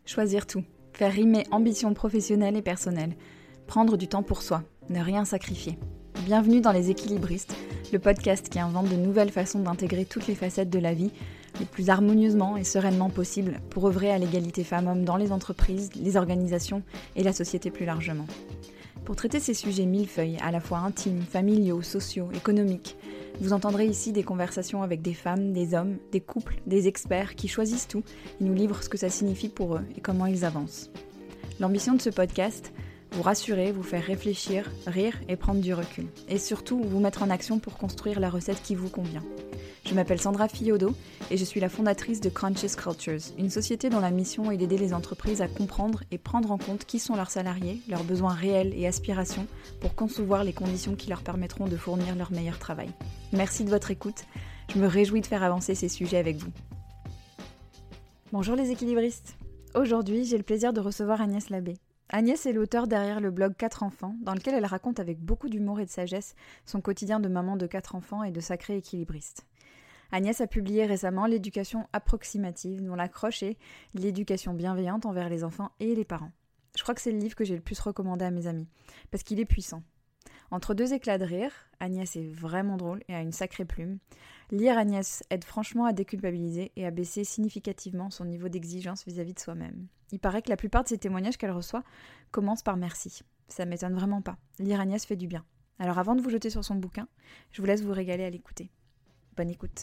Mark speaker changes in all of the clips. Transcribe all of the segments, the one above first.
Speaker 1: Choisir tout, faire rimer ambition professionnelle et personnelle, prendre du temps pour soi, ne rien sacrifier. Bienvenue dans Les Équilibristes, le podcast qui invente de nouvelles façons d'intégrer toutes les facettes de la vie le plus harmonieusement et sereinement possible pour œuvrer à l'égalité femmes-hommes dans les entreprises, les organisations et la société plus largement. Pour traiter ces sujets millefeuilles, à la fois intimes, familiaux, sociaux, économiques, vous entendrez ici des conversations avec des femmes, des hommes, des couples, des experts qui choisissent tout et nous livrent ce que ça signifie pour eux et comment ils avancent. L'ambition de ce podcast, vous rassurer, vous faire réfléchir, rire et prendre du recul. Et surtout, vous mettre en action pour construire la recette qui vous convient. Je m'appelle Sandra Fiodo et je suis la fondatrice de Conscious Cultures, une société dont la mission est d'aider les entreprises à comprendre et prendre en compte qui sont leurs salariés, leurs besoins réels et aspirations pour concevoir les conditions qui leur permettront de fournir leur meilleur travail. Merci de votre écoute, je me réjouis de faire avancer ces sujets avec vous. Bonjour les équilibristes. Aujourd'hui, j'ai le plaisir de recevoir Agnès Labbé. Agnès est l'auteure derrière le blog 4 enfants, dans lequel elle raconte avec beaucoup d'humour et de sagesse son quotidien de maman de 4 enfants et de sacrée équilibriste. Agnès a publié récemment L'éducation approximative, dont l'accroche est l'éducation bienveillante envers les enfants et les parents. Je crois que c'est le livre que j'ai le plus recommandé à mes amis, parce qu'il est puissant. Entre deux éclats de rire, Agnès est vraiment drôle et a une sacrée plume. Lire Agnès aide franchement à déculpabiliser et à baisser significativement son niveau d'exigence vis-à-vis de soi-même. Il paraît que la plupart de ces témoignages qu'elle reçoit commencent par merci. Ça m'étonne vraiment pas. Lire Agnès fait du bien. Alors avant de vous jeter sur son bouquin, je vous laisse vous régaler à l'écouter. Bonne écoute.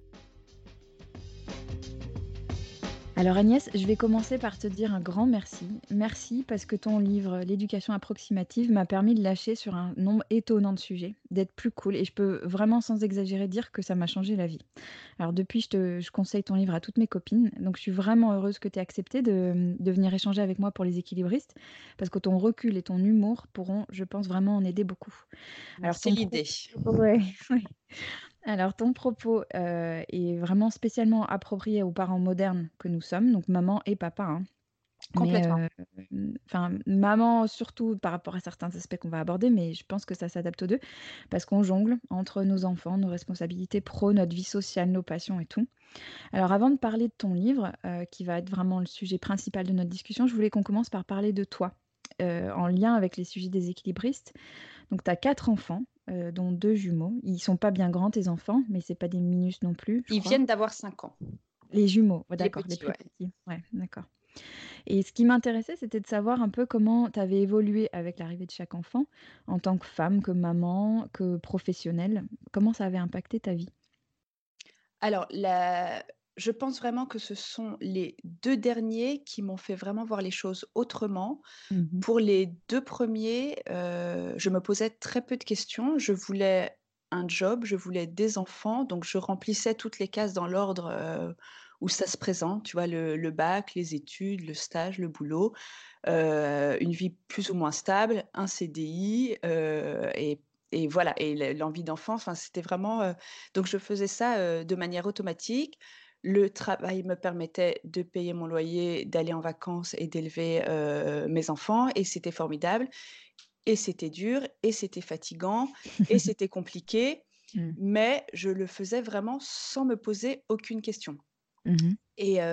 Speaker 1: Alors Agnès, je vais commencer par te dire un grand merci. Merci parce que ton livre L'éducation approximative m'a permis de lâcher sur un nombre étonnant de sujets, d'être plus cool et je peux vraiment sans exagérer dire que ça m'a changé la vie. Alors depuis, je conseille ton livre à toutes mes copines, donc je suis vraiment heureuse que tu aies accepté de venir échanger avec moi pour les équilibristes parce que ton recul et ton humour pourront, je pense, vraiment en aider beaucoup. Alors
Speaker 2: C'est l'idée.
Speaker 1: Ouais, ouais. Alors, ton propos est vraiment spécialement approprié aux parents modernes que nous sommes, donc maman et papa, hein. Mais
Speaker 2: Complètement.
Speaker 1: enfin, maman surtout par rapport à certains aspects qu'on va aborder, mais je pense que ça s'adapte aux 2 parce qu'on jongle entre nos enfants, nos responsabilités pro, notre vie sociale, nos passions et tout. Alors avant de parler de ton livre, qui va être vraiment le sujet principal de notre discussion, je voulais qu'on commence par parler de toi, en lien avec les sujets des équilibristes. Donc tu as 4 enfants, dont 2 jumeaux. Ils sont pas bien grands tes enfants, mais c'est pas des minus non plus, je
Speaker 2: Ils
Speaker 1: crois?
Speaker 2: viennent d'avoir 5 ans.
Speaker 1: Les jumeaux, ouais
Speaker 2: Les
Speaker 1: d'accord, les
Speaker 2: petits,
Speaker 1: plus
Speaker 2: ouais.
Speaker 1: petits. Ouais, d'accord. Et ce qui m'intéressait, c'était de savoir un peu comment tu avais évolué avec l'arrivée de chaque enfant, en tant que femme, que maman, que professionnelle. Comment ça avait impacté ta vie?
Speaker 2: Alors je pense vraiment que ce sont les 2 derniers qui m'ont fait vraiment voir les choses autrement.
Speaker 1: Mmh mh.
Speaker 2: Pour les 2 premiers, je me posais très peu de questions. Je voulais un job, je voulais des enfants, donc je remplissais toutes les cases dans l'ordre, où ça se présente, tu vois? Le bac, les études, le stage, le boulot, une vie plus ou moins stable, un CDI, et voilà, et l'envie d'enfant, enfin, c'était vraiment, donc je faisais ça, de manière automatique. Le travail me permettait de payer mon loyer, d'aller en vacances et d'élever, mes enfants, et c'était formidable, et c'était dur et c'était fatigant et c'était compliqué,
Speaker 1: Mmh.
Speaker 2: mais je le faisais vraiment sans me poser aucune question,
Speaker 1: Mmh mh.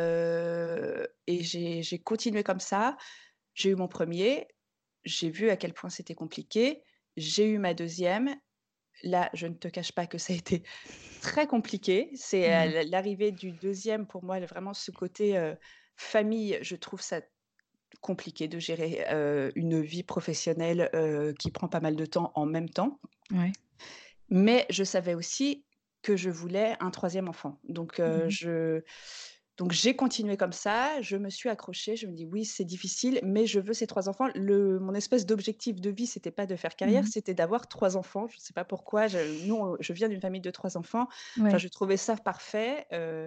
Speaker 2: et j'ai continué comme ça. J'ai eu mon premier, j'ai vu à quel point c'était compliqué. J'ai eu ma deuxième. Là, je ne te cache pas que ça a été très compliqué. C'est,
Speaker 1: Mmh.
Speaker 2: l'arrivée du deuxième pour moi, vraiment ce côté, famille, je trouve ça compliqué de gérer, une vie professionnelle, qui prend pas mal de temps en même temps.
Speaker 1: Ouais.
Speaker 2: Mais je savais aussi que je voulais un troisième enfant.
Speaker 1: Mmh mh.
Speaker 2: Donc j'ai continué comme ça, je me suis accrochée, je me dis: «Oui, c'est difficile, mais je veux ces 3 enfants». Mon espèce d'objectif de vie, c'était pas de faire carrière,
Speaker 1: Mmh.
Speaker 2: c'était d'avoir 3 enfants. Je sais pas pourquoi, je viens d'une famille de 3 enfants. Enfin,
Speaker 1: Ouais.
Speaker 2: je trouvais ça parfait,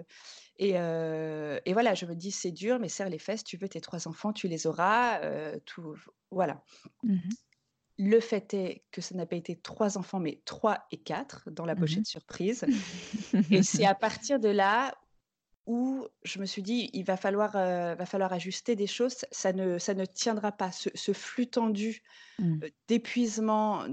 Speaker 2: et voilà, je me dis: «C'est dur, mais serre les fesses, tu veux tes 3 enfants, tu les auras», tout voilà.
Speaker 1: Mmh mh.
Speaker 2: Le fait est que ça n'a pas été 3 enfants, mais 3 et 4 dans la
Speaker 1: Mmh
Speaker 2: pochette surprise, et c'est
Speaker 1: mh.
Speaker 2: à partir de là où je me suis dit: «Il va falloir ajuster des choses, ça ne tiendra pas». Ce flux tendu,
Speaker 1: Mmh.
Speaker 2: d'épuisement,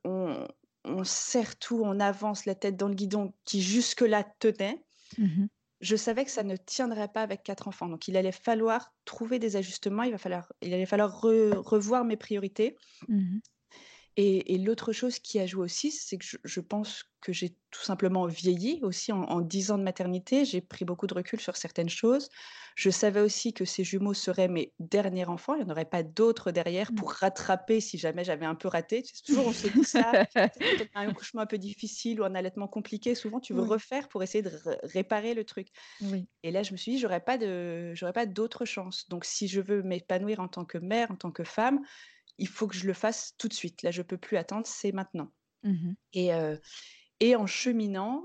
Speaker 2: on serre tout, on avance la tête dans le guidon, qui jusque-là tenait,
Speaker 1: Mmh mh.
Speaker 2: je savais que ça ne tiendrait pas avec 4 enfants. Donc il allait falloir trouver des ajustements, il allait falloir revoir mes priorités.
Speaker 1: Mmh.
Speaker 2: Et l'autre chose qui a joué aussi, c'est que je pense que j'ai tout simplement vieilli aussi en 10 ans de maternité. J'ai pris beaucoup de recul sur certaines choses. Je savais aussi que ces jumeaux seraient mes derniers enfants. Il n'y en aurait pas d'autres derrière
Speaker 1: Mmh.
Speaker 2: pour rattraper si jamais j'avais un peu raté. Tu sais, toujours on se dit ça, tu sais, quand on a un accouchement un peu difficile ou un allaitement compliqué, souvent tu veux
Speaker 1: Oui,
Speaker 2: refaire pour essayer de réparer le truc.
Speaker 1: oui.
Speaker 2: Et là, je me suis dit: J'aurais pas d'autre chance». Donc si je veux m'épanouir en tant que mère, en tant que femme, il faut que je le fasse tout de suite. Là, je peux plus attendre, c'est maintenant.
Speaker 1: Mmh.
Speaker 2: Et heu et en cheminant,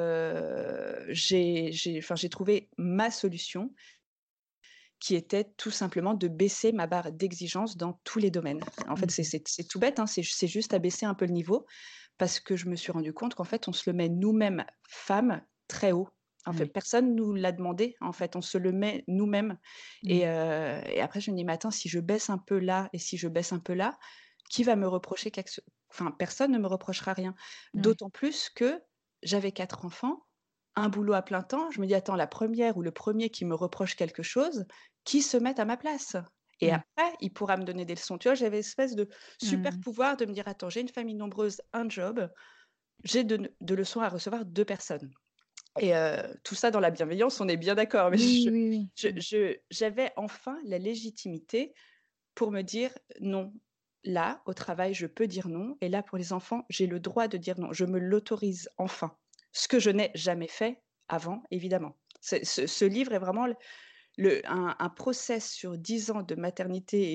Speaker 2: j'ai trouvé ma solution qui était tout simplement de baisser ma barre d'exigence dans tous les domaines. En fait,
Speaker 1: Mmh.
Speaker 2: c'est tout bête, hein, c'est juste à baisser un peu le niveau parce que je me suis rendu compte qu'en fait, on se le met nous-mêmes, femmes, très haut. En fait,
Speaker 1: Ouais.
Speaker 2: personne nous l'a demandé, en fait, on se le met nous-mêmes
Speaker 1: Mmh.
Speaker 2: et après je me dis: «Mais attends, si je baisse un peu là et si je baisse un peu là, qui va me reprocher quelque chose? Enfin, personne ne me reprochera rien».
Speaker 1: Ouais.
Speaker 2: D'autant plus que j'avais 4 enfants, un boulot à plein temps. Je me dis: «Attends, la première ou le premier qui me reproche quelque chose, qui se mette à ma place et
Speaker 1: Mmh.
Speaker 2: après il pourra me donner des leçons». Tu vois? J'avais espèce de super
Speaker 1: Mmh.
Speaker 2: pouvoir de me dire: «Attends, j'ai une famille nombreuse, un job, j'ai de leçons à recevoir 2 personnes» tout ça dans la bienveillance, on est bien d'accord, mais
Speaker 1: Oui, oui, oui. Mmh.
Speaker 2: j'avais enfin la légitimité pour me dire: «Non, là, au travail, je peux dire non et là, pour les enfants, j'ai le droit de dire non». Je me l'autorise enfin, ce que je n'ai jamais fait avant, évidemment. Ce livre est vraiment un process sur 10 ans de maternité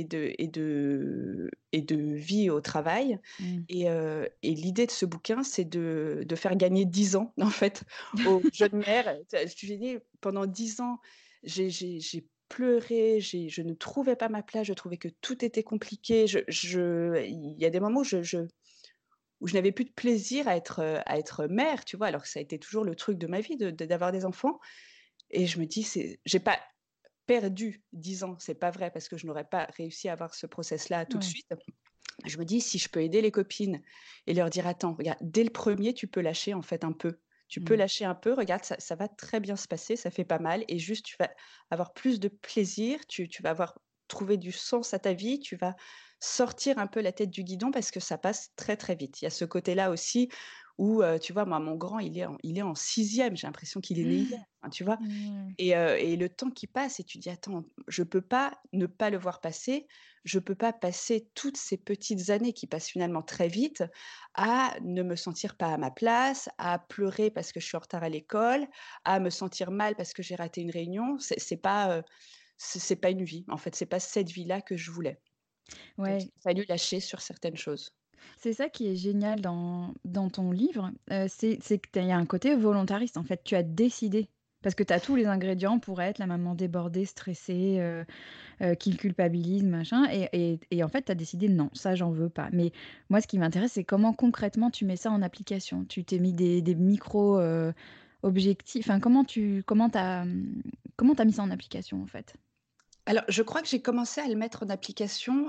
Speaker 2: et de vie au travail
Speaker 1: Mmh.
Speaker 2: et l'idée de ce bouquin, c'est de faire gagner 10 ans, en fait, aux jeunes mères. Tu je dis pendant 10 ans, j'ai pleuré, je ne trouvais pas ma place, je trouvais que tout était compliqué. Il y a des moments où je n'avais plus de plaisir à être mère, tu vois? Alors que ça a été toujours le truc de ma vie d'avoir des enfants et je me dis: «C'est j'ai pas perdu 10 ans, c'est pas vrai parce que je n'aurais pas réussi à avoir ce process-là tout de
Speaker 1: Ouais.
Speaker 2: suite. Je me dis: «Si je peux aider les copines et leur dire: "Attends, regarde, dès le premier tu peux lâcher en fait un peu. Tu peux
Speaker 1: Mmh.
Speaker 2: lâcher un peu, regarde, ça va très bien se passer, ça fait pas mal et juste tu vas avoir plus de plaisir, tu vas avoir trouvé du sens à ta vie, tu vas sortir un peu la tête du guidon parce que ça passe très, très vite». Il y a ce côté-là aussi où, tu vois, moi, mon grand, il est en 6e, j'ai l'impression qu'il est né hier, enfin, tu vois?
Speaker 1: Ouais.
Speaker 2: Et le temps qui passe et tu dis: «Attends, je peux pas ne pas le voir passer. Je peux pas passer toutes ces petites années qui passent finalement très vite à ne me sentir pas à ma place, à pleurer parce que je suis en retard à l'école, à me sentir mal parce que j'ai raté une réunion». C'est pas une vie. En fait, c'est pas cette vie-là que je voulais. Donc il
Speaker 1: Ouais.
Speaker 2: a fallu lâcher sur certaines choses.
Speaker 1: C'est ça qui est génial dans ton livre, c'est que tu il y a un côté volontariste, en fait. Tu as décidé, parce que tu as tous les ingrédients pour être la maman débordée, stressée, qui culpabilise, machin et en fait, tu as décidé: «Non, ça, j'en veux pas». Mais moi, ce qui m'intéresse, c'est comment concrètement tu mets ça en application? Tu t'es mis des micros, objectifs enfin, comment tu as mis ça en application, en fait?
Speaker 2: Alors, je crois que j'ai commencé à le mettre en application,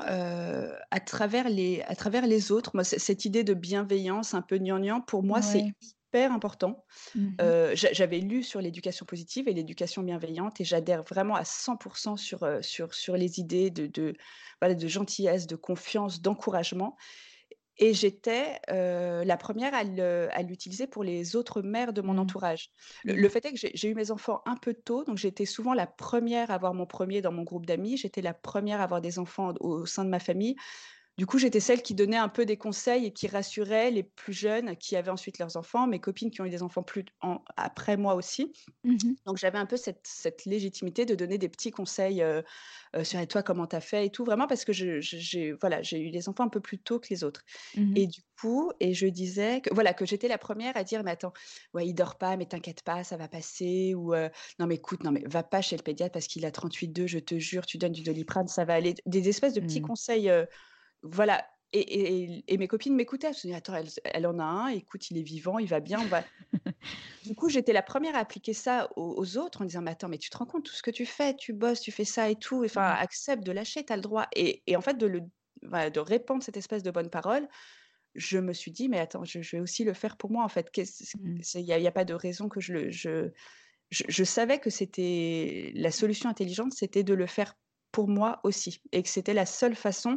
Speaker 2: à travers les autres. Moi, cette idée de bienveillance un peu gnangnan, pour moi, c'est
Speaker 1: Ouais.
Speaker 2: hyper important.
Speaker 1: Mmh.
Speaker 2: J'avais lu sur l'éducation positive et l'éducation bienveillante et j'adhère vraiment à 100 sur les idées voilà, de gentillesse, de confiance, d'encouragement et j'étais, la première à l'utiliser pour les autres mères de mon
Speaker 1: Mmh.
Speaker 2: entourage. Le
Speaker 1: Mmh.
Speaker 2: fait est que j'ai eu mes enfants un peu tôt, donc j'étais souvent la première à avoir mon premier dans mon groupe d'amis. J'étais la première à avoir des enfants au sein de ma famille. Du coup, j'étais celle qui donnait un peu des conseils et qui rassurait les plus jeunes qui avaient ensuite leurs enfants, mes copines qui ont eu des enfants plus après moi aussi.
Speaker 1: Mmh.
Speaker 2: Donc j'avais un peu cette légitimité de donner des petits conseils, sur: «Et toi, comment tu as fait?» et tout, vraiment parce que j'ai voilà, j'ai eu les enfants un peu plus tôt que les autres
Speaker 1: Mmh.
Speaker 2: et du coup je disais que voilà, que j'étais la première à dire: «Mais attends, ouais, il dort pas, mais t'inquiète pas, ça va passer» ou «Non mais écoute, non mais va pas chez le pédiatre parce qu'il a 38,2, je te jure, tu donnes du Doliprane, ça va aller». Des espèces de petits
Speaker 1: Mmh.
Speaker 2: conseils, voilà et mes copines m'écoutaient. Elles se disaient: «Attends, elle en a un, écoute, il est vivant, il va bien, on va». Du coup, j'étais la première à appliquer ça aux autres en disant: «Mais attends, mais tu te rends compte tout ce que tu fais? Tu bosses, tu fais ça et tout, enfin
Speaker 1: Mmh.
Speaker 2: accepte de lâcher, tu as le droit» et en fait voilà, de répandre cette espèce de bonne parole, je me suis dit: «Mais attends, je vais aussi le faire pour moi en fait. Qu'est-ce
Speaker 1: Mmh.
Speaker 2: c'est il y a pas de raison que je savais que c'était la solution intelligente, c'était de le faire pour moi aussi et que c'était la seule façon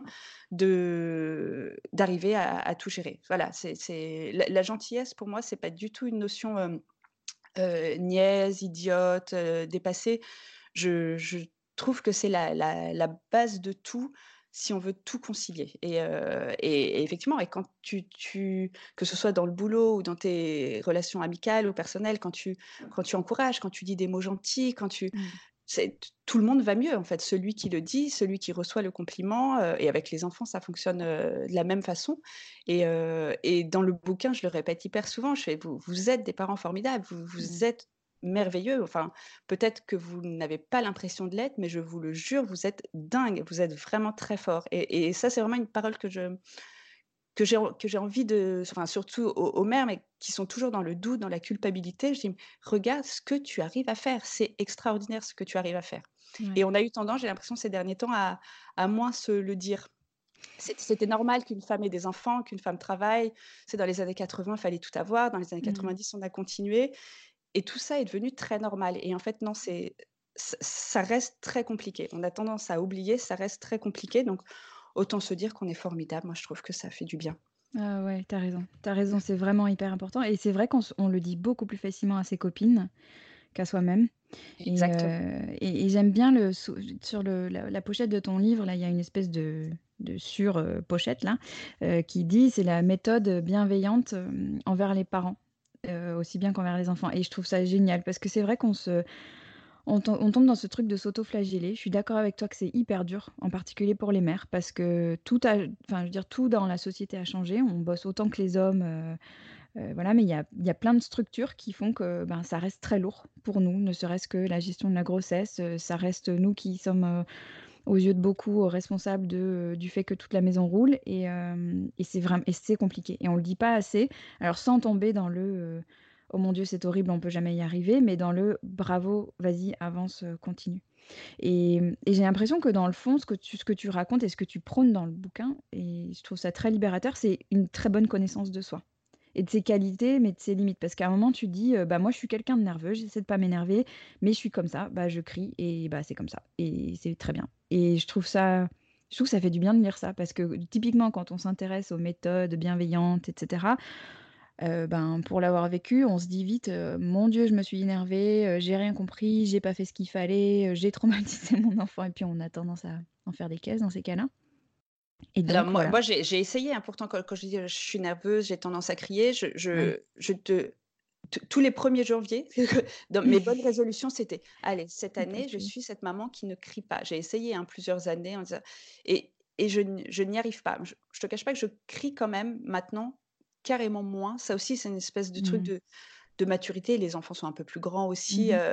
Speaker 2: d'arriver à tout gérer. Voilà, c'est la gentillesse pour moi, c'est pas du tout une notion, niaise, idiote, dépassée. Je trouve que c'est la base de tout, si on veut tout concilier et effectivement et quand tu que ce soit dans le boulot ou dans tes relations amicales ou personnelles, quand tu encourages, quand tu dis des mots gentils, quand tu
Speaker 1: Mmh.
Speaker 2: c'est tout le monde va mieux en fait. Celui qui le dit, celui qui reçoit le compliment, et avec les enfants, ça fonctionne, de la même façon et dans le bouquin, je le répète hyper souvent, je fais: «Vous êtes des parents formidables, vous
Speaker 1: Mmh.
Speaker 2: vous êtes merveilleux, enfin, peut-être que vous n'avez pas l'impression de l'être, mais je vous le jure, vous êtes dingues, vous êtes vraiment très forts» et ça, c'est vraiment une parole que j'ai envie de enfin, surtout aux mères, mais qui sont toujours dans le doute, dans la culpabilité, je dis: «Regarde ce que tu arrives à faire, c'est extraordinaire ce que tu arrives à faire» et
Speaker 1: Ouais.
Speaker 2: on a eu tendance, j'ai l'impression ces derniers temps à moins se le dire. C'était normal qu'une femme ait des enfants, qu'une femme travaille. C'est dans les années 80, fallait tout avoir. Dans les années
Speaker 1: Mmh.
Speaker 2: 90, on a continué et tout ça est devenu très normal et en fait non, ça reste très compliqué. On a tendance à oublier, ça reste très compliqué donc autant se dire qu'on est formidable. Moi, je trouve que ça fait du bien.
Speaker 1: Ah ouais, tu as raison, c'est vraiment hyper important et c'est vrai on le dit beaucoup plus facilement à ses copines qu'à soi-même
Speaker 2: Exactement.
Speaker 1: et j'aime bien sur la pochette de ton livre, là, il y a une espèce de pochette là, qui dit: «C'est la méthode bienveillante, envers les parents, aussi bien qu'envers les enfants» et je trouve ça génial parce que c'est vrai on tombe dans ce truc de s'auto-flageller. Je suis d'accord avec toi que c'est hyper dur, en particulier pour les mères, parce que enfin, je veux dire, tout dans la société a changé. On bosse autant que les hommes, voilà, mais il y a plein de structures qui font que, ben, ça reste très lourd pour nous, ne serait-ce que la gestion de la grossesse, ça reste nous qui sommes, aux yeux de beaucoup, responsables du fait que toute la maison roule et c'est compliqué et on le dit pas assez. Alors sans tomber dans «Oh mon Dieu, c'est horrible, on peut jamais y arriver», mais dans le «Bravo, vas-y, avance, continue». Et j'ai l'impression que dans le fond, ce que tu racontes et ce que tu prônes dans le bouquin et je trouve ça très libérateur, c'est une très bonne connaissance de soi et de ses qualités, mais de ses limites. Parce qu'à un moment, tu dis, «Bah, moi, je suis quelqu'un de nerveux, j'essaie de pas m'énerver, mais je suis comme ça, bah, je crie et bah, c'est comme ça et c'est très bien» et je trouve que ça fait du bien de lire ça parce que typiquement, quand on s'intéresse aux méthodes bienveillantes et cetera, ben, pour l'avoir vécu, on se dit vite, «Mon Dieu, je me suis énervée, j'ai rien compris, j'ai pas fait ce qu'il fallait, j'ai traumatisé mon enfant» et puis on a tendance à en faire des caisses dans ces cas-là et
Speaker 2: Alors
Speaker 1: donc
Speaker 2: moi
Speaker 1: voilà.
Speaker 2: moi j'ai essayé, hein, pourtant quand je dis, «Je suis nerveuse, j'ai tendance à crier»,
Speaker 1: Ouais.
Speaker 2: je te tous les 1er janvier, dans mes bonnes résolutions, c'était: «Allez, cette
Speaker 1: Faut pas
Speaker 2: année, je
Speaker 1: crier.
Speaker 2: suis cette maman qui ne crie pas». J'ai essayé, hein, plusieurs années en disant et je n'y arrive pas. Je te cache pas que je crie quand même maintenant, carrément moins. Ça aussi, c'est une espèce de truc
Speaker 1: Mmh.
Speaker 2: de maturité. Les enfants sont un peu plus grands
Speaker 1: Mmh
Speaker 2: aussi,
Speaker 1: mh.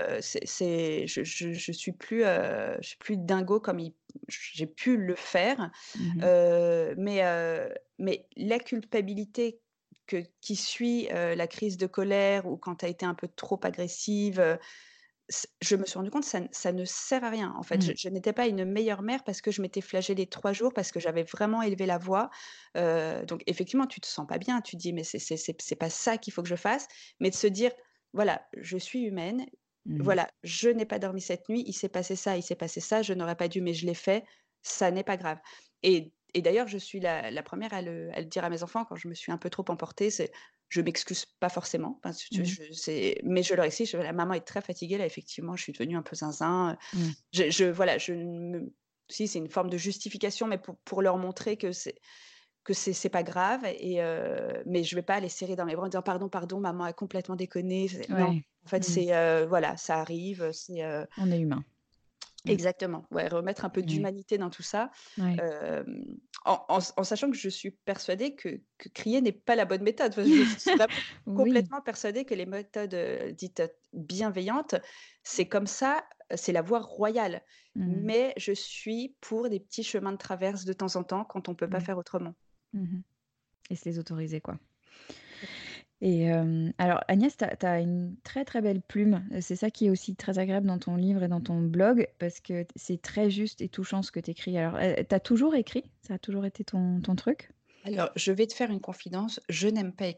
Speaker 2: je suis plus dingo comme j'ai pu le faire.
Speaker 1: Mmh.
Speaker 2: Mais la culpabilité qui suit, la crise de colère ou quand tu as été un peu trop agressive, je me suis rendu compte ça ne sert à rien, en fait. Je
Speaker 1: Mmh.
Speaker 2: je n'étais pas une meilleure mère parce que je m'étais flagellée 3 jours, parce que j'avais vraiment élevé la voix. Donc effectivement, tu te sens pas bien. Tu te dis: «Mais c'est pas ça qu'il faut que je fasse». Mais de se dire: «Voilà, je suis humaine.
Speaker 1: Mmh.
Speaker 2: Voilà, je n'ai pas dormi cette nuit, il s'est passé ça, je n'aurais pas dû, mais je l'ai fait. Ça n'est pas grave». Et d'ailleurs, je suis la 1re à le dire à mes enfants quand je me suis un peu trop emportée, c'est je m'excuse pas forcément, parce que
Speaker 1: Mmh.
Speaker 2: mais je leur explique, «La maman est très fatiguée là, effectivement, je suis devenue un peu zinzin».
Speaker 1: Mmh.
Speaker 2: Voilà, je ne me si c'est une forme de justification, mais pour leur montrer que c'est pas grave mais je vais pas les serrer dans mes bras en disant: «Pardon, pardon, maman a complètement déconné». Non,
Speaker 1: Ouais.
Speaker 2: en fait,
Speaker 1: Mmh.
Speaker 2: voilà, ça arrive,
Speaker 1: On est humain. Mmh.
Speaker 2: exactement, ouais, remettre un peu
Speaker 1: Ouais.
Speaker 2: d'humanité dans tout ça,
Speaker 1: Ouais.
Speaker 2: en sachant que je suis persuadée que crier n'est pas la bonne méthode. Enfin, je suis vraiment
Speaker 1: Oui.
Speaker 2: complètement persuadée que les méthodes, dites, bienveillantes, c'est comme ça, c'est la voie royale.
Speaker 1: Mmh.
Speaker 2: Mais je suis pour des petits chemins de traverse de temps en temps quand on peut pas
Speaker 1: Mmh.
Speaker 2: faire autrement.
Speaker 1: Mmh. Et se les autoriser, quoi. Et alors Agnès, tu as une très, très belle plume. C'est ça qui est aussi très agréable dans ton livre et dans ton blog parce que c'est très juste et touchant ce que tu écris. Alors, tu as toujours écrit? Ça a toujours été ton truc?
Speaker 2: Alors, je vais te faire une confidence, je n'aime pas écrire.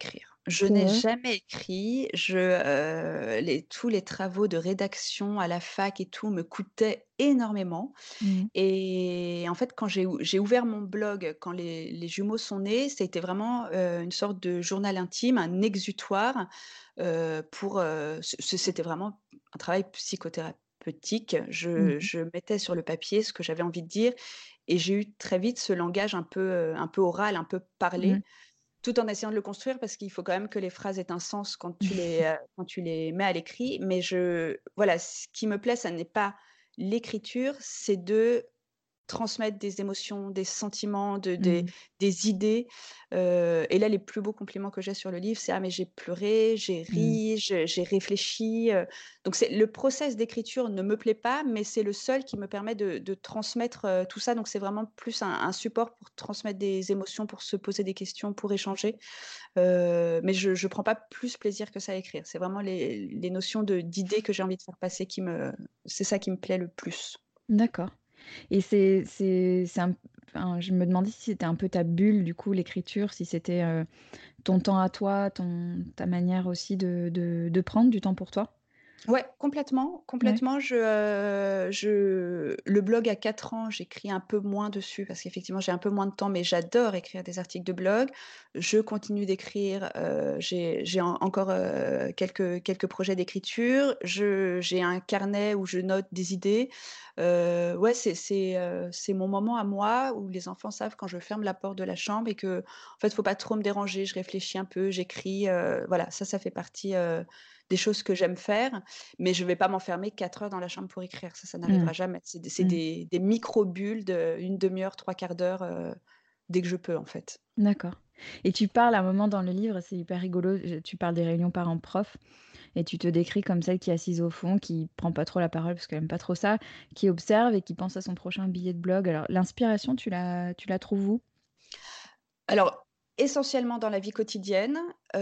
Speaker 2: Je n'ai
Speaker 1: Pour eux?
Speaker 2: jamais écrit. Tous les travaux de rédaction à la fac et tout me coûtaient énormément
Speaker 1: Mmh.
Speaker 2: et en fait, quand j'ai ouvert mon blog, quand les jumeaux sont nés, c'était vraiment, une sorte de journal intime, un exutoire, c'était vraiment un travail psychothérapeutique.
Speaker 1: Mmh mh.
Speaker 2: Je mettais sur le papier ce que j'avais envie de dire et j'ai eu très vite ce langage un peu oral, un peu
Speaker 1: Mmh.
Speaker 2: parlé. Tout en essayant de le construire parce qu'il faut quand même que les phrases aient un sens quand tu les mets à l'écrit. Mais voilà, ce qui me plaît, ça n'est pas l'écriture, c'est de transmettre des émotions, des sentiments,
Speaker 1: Mmh.
Speaker 2: des idées, et là, les plus beaux compliments que j'ai sur le livre, c'est: «Ah mais j'ai pleuré, j'ai
Speaker 1: Mmh.
Speaker 2: ri, j'ai réfléchi», donc c'est le process d'écriture ne me plaît pas, mais c'est le seul qui me permet de transmettre, tout ça, donc c'est vraiment plus un support pour transmettre des émotions, pour se poser des questions, pour échanger, mais je prends pas plus plaisir que ça à écrire. C'est vraiment les notions d'idées que j'ai envie de faire passer c'est ça qui me plaît le plus.
Speaker 1: D'accord. Et c'est un enfin, je me demandais si c'était un peu ta bulle, du coup, l'écriture, si c'était, ton temps à toi, ta manière aussi de prendre du temps pour toi?
Speaker 2: Ouais, complètement,
Speaker 1: Ouais.
Speaker 2: complètement. Le blog a 4 ans, j'écris un peu moins dessus parce qu'effectivement, j'ai un peu moins de temps, mais j'adore écrire des articles de blog. Je continue d'écrire, j'ai encore, quelques projets d'écriture. J'ai un carnet où je note des idées. Ouais, c'est mon moment à moi où les enfants savent quand je ferme la porte de la chambre et que en fait, faut pas trop me déranger. Je réfléchis un peu, j'écris, voilà, ça fait partie, des choses que j'aime faire. Mais je vais pas m'enfermer 4 heures dans la chambre pour écrire, ça
Speaker 1: Mmh.
Speaker 2: n'arrivera jamais. C'est
Speaker 1: Mmh.
Speaker 2: des micro-bulles d'1 demi-heure, 3/4 d'heure, dès que je peux, en fait.
Speaker 1: D'accord. Et tu parles à un moment dans le livre, c'est hyper rigolo, tu parles des réunions parents-prof et tu te décris comme celle qui est assise au fond, qui prend pas trop la parole parce qu'elle aime pas trop ça, qui observe et qui pense à son prochain billet de blog. Alors l'inspiration, tu la trouves où?
Speaker 2: Alors, essentiellement dans la vie quotidienne,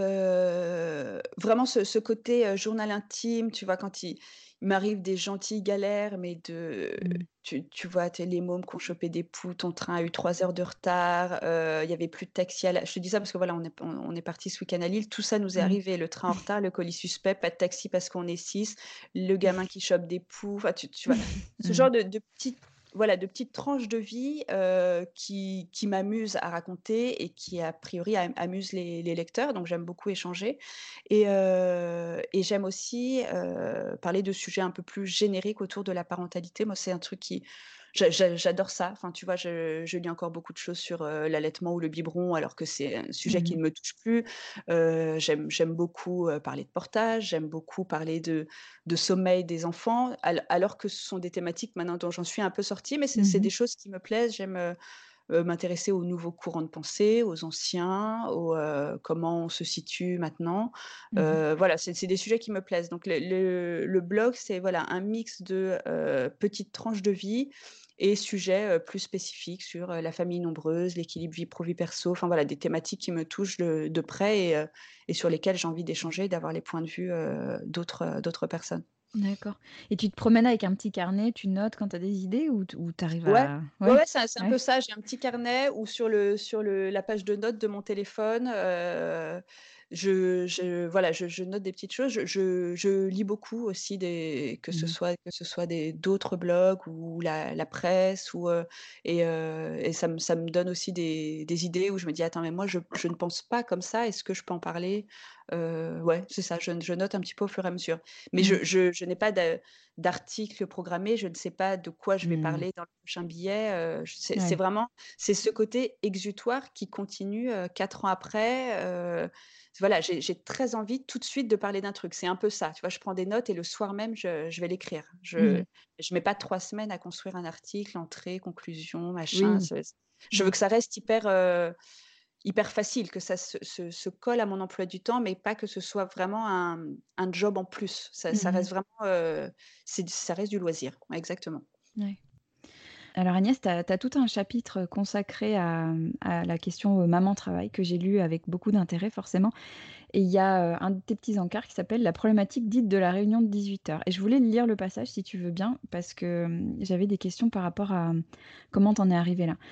Speaker 2: vraiment ce côté, journal intime, tu vois? Quand il m'arrive des gentilles galères, mais
Speaker 1: Mmh.
Speaker 2: tu vois, tu les mômes qui ont chopé des poux, ton train a eu 3 heures de retard, il y avait plus de taxi à la je te dis ça parce que voilà, on est partis ce week-end à Lille, tout ça nous est
Speaker 1: Mmh.
Speaker 2: arrivé, le train en retard, le colis suspect, pas de taxi parce qu'on est 6, le gamin qui chope des poux, enfin tu vois? Ce
Speaker 1: Mmh.
Speaker 2: genre de petites voilà, de petites tranches de vie, qui m'amusent à raconter et qui a priori amusent les lecteurs, donc j'aime beaucoup échanger et j'aime aussi, parler de sujets un peu plus génériques autour de la parentalité. Moi, c'est un truc qui j'adore ça. Enfin, tu vois, je lis encore beaucoup de choses sur, l'allaitement ou le biberon alors que c'est un sujet qui
Speaker 1: Mmh.
Speaker 2: ne me touche plus. J'aime beaucoup, parler de portage, j'aime beaucoup parler de sommeil des enfants, alors que ce sont des thématiques maintenant dont j'en suis un peu sortie, mais c'est
Speaker 1: Mmh.
Speaker 2: des choses qui me plaisent. J'aime, m'intéresser aux nouveaux courants de pensée, aux anciens, comment on se situe maintenant.
Speaker 1: Mmh.
Speaker 2: Voilà, c'est des sujets qui me plaisent. Donc le blog, c'est voilà, un mix de, petites tranches de vie et sujets, plus spécifiques sur, la famille nombreuse, l'équilibre vie pro, vie perso, enfin voilà, des thématiques qui me touchent de près et sur lesquelles j'ai envie d'échanger, d'avoir les points de vue, d'autres personnes.
Speaker 1: D'accord. Et tu te promènes avec un petit carnet, tu notes quand tu as des idées ou tu arrives
Speaker 2: Ouais,
Speaker 1: à
Speaker 2: ouais,
Speaker 1: ouais?
Speaker 2: ouais, c'est un
Speaker 1: Ouais?
Speaker 2: peu ça. J'ai un petit carnet où sur la page de notes de mon téléphone, voilà, je note des petites choses. Je lis beaucoup aussi
Speaker 1: Mmh.
Speaker 2: que ce soit d'autres blogs ou la presse et ça me donne aussi des idées où je me dis: «Attends, mais moi je ne pense pas comme ça, est-ce que je peux en parler?» Ouais, c'est ça, je note un petit peu au fur et à mesure. Mais
Speaker 1: Mmh.
Speaker 2: je n'ai pas d'articles programmés, je ne sais pas de quoi je vais
Speaker 1: Mmh.
Speaker 2: parler dans le prochain billet, c'est
Speaker 1: Ouais.
Speaker 2: vraiment c'est ce côté exutoire qui continue, 4 ans après, voilà, j'ai très envie tout de suite de parler d'un truc. C'est un peu ça, tu vois? Je prends des notes et le soir même je vais l'écrire.
Speaker 1: Mmh.
Speaker 2: Je mets pas 3 semaines à construire un article, entrée, conclusion, machin,
Speaker 1: Oui.
Speaker 2: je veux
Speaker 1: Mmh.
Speaker 2: que ça reste hyper facile, que ça se colle à mon emploi du temps, mais pas que ce soit vraiment un job en plus. Ça
Speaker 1: Mmh.
Speaker 2: reste vraiment, ça reste du loisir. Ouais, exactement.
Speaker 1: Ouais. Alors Agnès, tu as tout un chapitre consacré à la question, maman travail que j'ai lu avec beaucoup d'intérêt forcément et il y a, un de tes petits encarts qui s'appelle «La problématique dite de la réunion de 18 heures» et je voulais lire le passage si tu veux bien parce que, j'avais des questions par rapport à, comment tu en es arrivée là.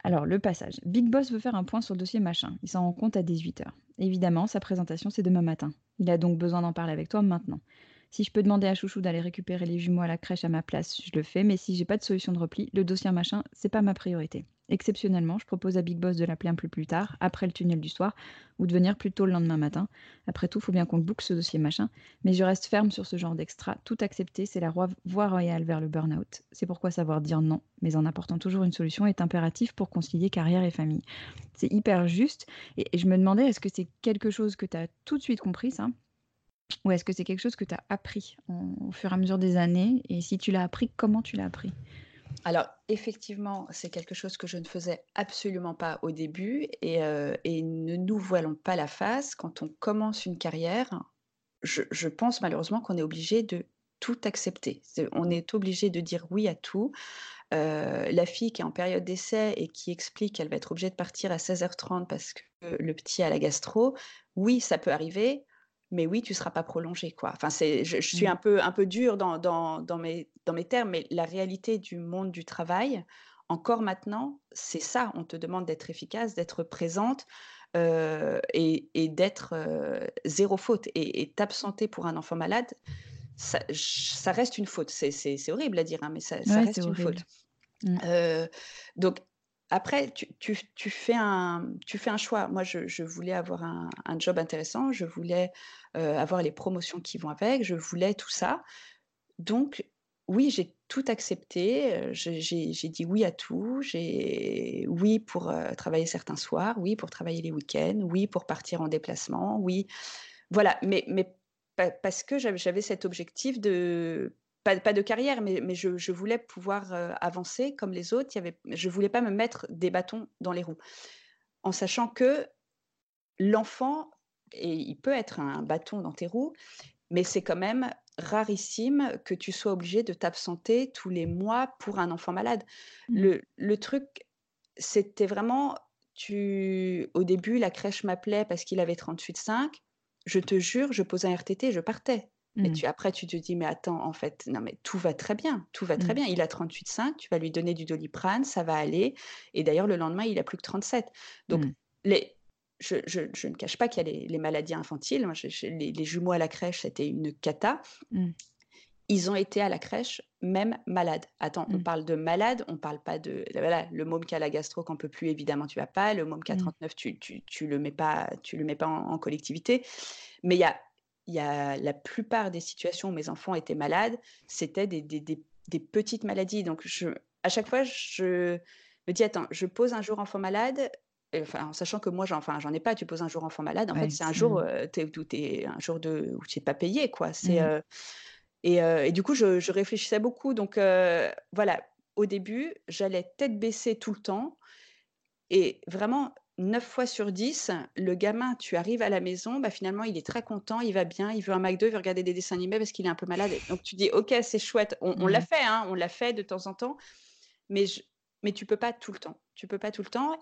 Speaker 1: Alors, le passage. Big Boss veut faire un point sur le dossier machin. Il s'en rend compte à 18 heures. Évidemment, sa présentation, c'est demain matin. Il a donc besoin d'en parler avec toi maintenant. Si je peux demander à Chouchou d'aller récupérer les jumeaux à la crèche à ma place, je le fais, mais si j'ai pas de solution de repli, le dossier machin, c'est pas ma priorité. Exceptionnellement, je propose à Big Boss de l'appeler un peu plus tard, après le tunnel du soir, ou de venir plus tôt le lendemain matin. Après tout, faut bien qu'on le boucle ce dossier machin, mais je reste ferme sur ce genre d'extra. Tout accepter, c'est la voie royale vers le burn-out. C'est pourquoi savoir dire non, mais en apportant toujours une solution, est impératif pour concilier carrière et famille. C'est hyper juste. Et je me demandais, est-ce que c'est quelque chose que tu as tout de suite compris, ça? Ou est-ce que c'est quelque chose que tu as appris au fur et à mesure des années? Et si tu l'as appris, comment tu l'as appris?
Speaker 2: Alors effectivement, c'est quelque chose que je ne faisais absolument pas au début et ne nous voilons pas la face, quand on commence une carrière, je pense malheureusement qu'on est obligé de tout accepter. On est obligé de dire oui à tout. La fille qui est en période d'essai et qui explique qu'elle va être obligée de partir à 16h30 parce que le petit a la gastro, oui, ça peut arriver, mais oui, tu seras pas prolongé, quoi. Enfin, je suis
Speaker 1: Mmh.
Speaker 2: un peu dure dans mes termes, mais la réalité du monde du travail, encore maintenant, c'est ça. On te demande d'être efficace, d'être présente, et d'être, 0 faute et t'absenter pour un enfant malade, ça reste une faute. C'est horrible à dire, hein, mais ça
Speaker 1: Ouais, c'est
Speaker 2: reste une
Speaker 1: horrible.
Speaker 2: faute.
Speaker 1: Mmh.
Speaker 2: Heu, donc après tu fais un choix. Moi, je voulais avoir un job intéressant, je voulais, avoir les promotions qui vont avec, je voulais tout ça. Donc oui, j'ai tout accepté, j'ai dit oui à tout. J'ai oui pour, travailler certains soirs, oui pour travailler les week-ends, oui pour partir en déplacement, oui. Voilà, mais parce que j'avais cet objectif de pas de carrière, mais je voulais pouvoir, avancer comme les autres. Je voulais pas me mettre des bâtons dans les roues. En sachant que l'enfant et il peut être un bâton dans tes roues, mais c'est quand même rarissime que tu sois obligé de t'absenter tous les mois pour un enfant malade.
Speaker 1: Mmh.
Speaker 2: Le truc, c'était vraiment au début, la crèche m'appelait parce qu'il avait 38,5. Je te jure, je posais un RTT, je partais. Mais
Speaker 1: Mmh.
Speaker 2: après tu te dis: «Mais attends, en fait, non mais tout va très bien, tout va très
Speaker 1: Mmh.
Speaker 2: bien. Il a 38,5, tu vas lui donner du Doliprane, ça va aller» et d'ailleurs le lendemain, il a plus que 37. Donc
Speaker 1: Mmh.
Speaker 2: les je ne cache pas qu'il y a les maladies infantiles. Moi, j'ai les jumeaux à la crèche, c'était une cata.
Speaker 1: Mmh.
Speaker 2: Ils ont été à la crèche, même malades. Attends, on
Speaker 1: Mmh.
Speaker 2: parle de malades, on parle pas de voilà, le môme qui a la gastro qui en peut plus, évidemment, tu vas pas. Le môme qui a
Speaker 1: Mmh.
Speaker 2: 39, tu le mets pas en collectivité. Mais il y a la plupart des situations où mes enfants étaient malades, c'était des petites maladies. Donc à chaque fois, je me dis: «Attends, je pose un jour enfant malade», enfin, en sachant que moi, j'en ai pas. Tu poses un jour enfant malade, en fait,
Speaker 1: Ouais,
Speaker 2: c'est un jour,
Speaker 1: mmh.
Speaker 2: tu un jour où tu es pas payé, quoi.
Speaker 1: Mmh.
Speaker 2: Et du coup, je réfléchissais beaucoup. Donc voilà, au début, j'allais tête baissée tout le temps et vraiment 9 fois sur 10, le gamin, tu arrives à la maison, bah, finalement, il est très content, il va bien, il veut un McDo, il veut regarder des dessins animés parce qu'il est un peu malade et donc tu dis: «OK, c'est chouette». On l'a
Speaker 1: Mmh.
Speaker 2: fait, hein, on l'a fait de temps en temps, mais tu peux pas tout le temps. Tu peux pas tout le temps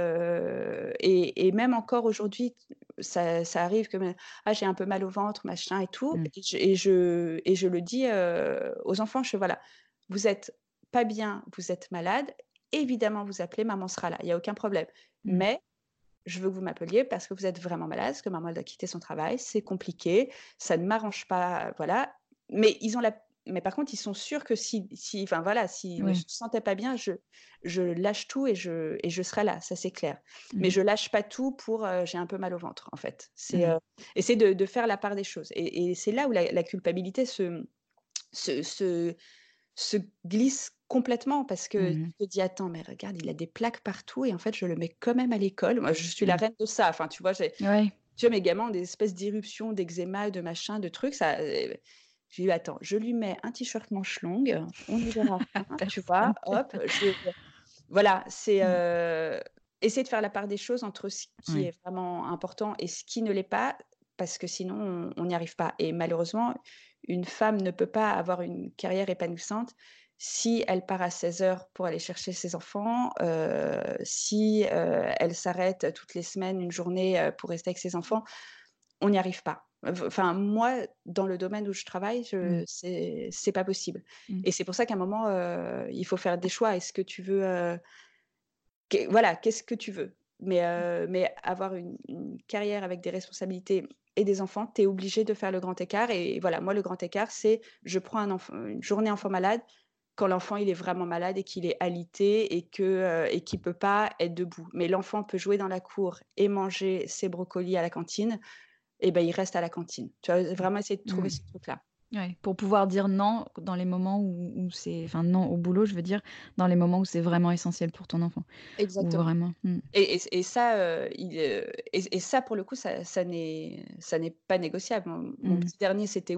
Speaker 2: et même encore aujourd'hui, ça arrive que «Ah, j'ai un peu mal au ventre», machin et tout
Speaker 1: Mmh.
Speaker 2: et je le dis, aux enfants, je fais: «Voilà, vous êtes pas bien, vous êtes malade, évidemment vous appelez, maman sera là, il y a aucun problème.
Speaker 1: Mmh.
Speaker 2: Mais je veux que vous m'appeliez parce que vous êtes vraiment malade, parce que maman elle doit quitter son travail, c'est compliqué, ça ne m'arrange pas», voilà. Mais par contre, ils sont sûrs que si enfin voilà, s'ils ne se
Speaker 1: Ouais.
Speaker 2: sentaient pas bien, je lâche tout et je serai là, ça c'est clair. Mais
Speaker 1: Mmh.
Speaker 2: je lâche pas tout pour, j'ai un peu mal au ventre, en fait.
Speaker 1: Mmh.
Speaker 2: Essayer de faire la part des choses et c'est là où la culpabilité se se se glisse complètement parce que
Speaker 1: Mmh.
Speaker 2: tu te dis: «Attends, mais regarde, il a des plaques partout et en fait, je le mets quand même à l'école». Moi, je suis la
Speaker 1: Mmh.
Speaker 2: reine de ça. Enfin, tu vois,
Speaker 1: Ouais.
Speaker 2: mes gamins ont des espèces d'éruptions d'eczéma, de machin, de trucs, ça, j'ai dit: «Attends, je lui mets un t-shirt manches longues, on y verra rien», tu vois?
Speaker 1: Personne.
Speaker 2: Hop, voilà, c'est,
Speaker 1: Mmh.
Speaker 2: essayer de faire la part des choses entre ce qui
Speaker 1: Ouais.
Speaker 2: est vraiment important et ce qui ne l'est pas, parce que sinon on n'y arrive pas et malheureusement, une femme ne peut pas avoir une carrière épanouissante si elle part à 16h pour aller chercher ses enfants, si, elle s'arrête toutes les semaines, une journée, pour rester avec ses enfants, on n'y arrive pas. Enfin moi, dans le domaine où je travaille,
Speaker 1: Mmh.
Speaker 2: c'est pas possible
Speaker 1: Mmh.
Speaker 2: et c'est pour ça qu'à un moment, il faut faire des choix. Est-ce que tu veux, voilà, qu'est-ce que tu veux? Mais avoir une carrière avec des responsabilités et des enfants, tu es obligé de faire le grand écart et voilà, moi, le grand écart, c'est je prends une journée enfant malade, quand l'enfant, il est vraiment malade et qu'il est alité et qu'il peut pas être debout. Mais l'enfant peut jouer dans la cour et manger ses brocolis à la cantine et ben, il reste à la cantine. Tu vois? Vraiment essayer de trouver
Speaker 1: Mmh.
Speaker 2: ce truc-là.
Speaker 1: Ouais, pour pouvoir dire non dans les moments où c'est enfin non au boulot, je veux dire, dans les moments où c'est vraiment essentiel pour ton enfant. Ou
Speaker 2: Exactement.
Speaker 1: vraiment
Speaker 2: Et ça, et ça pour le coup, ça n'est pas négociable. Mon
Speaker 1: mmh,
Speaker 2: petit dernier s'était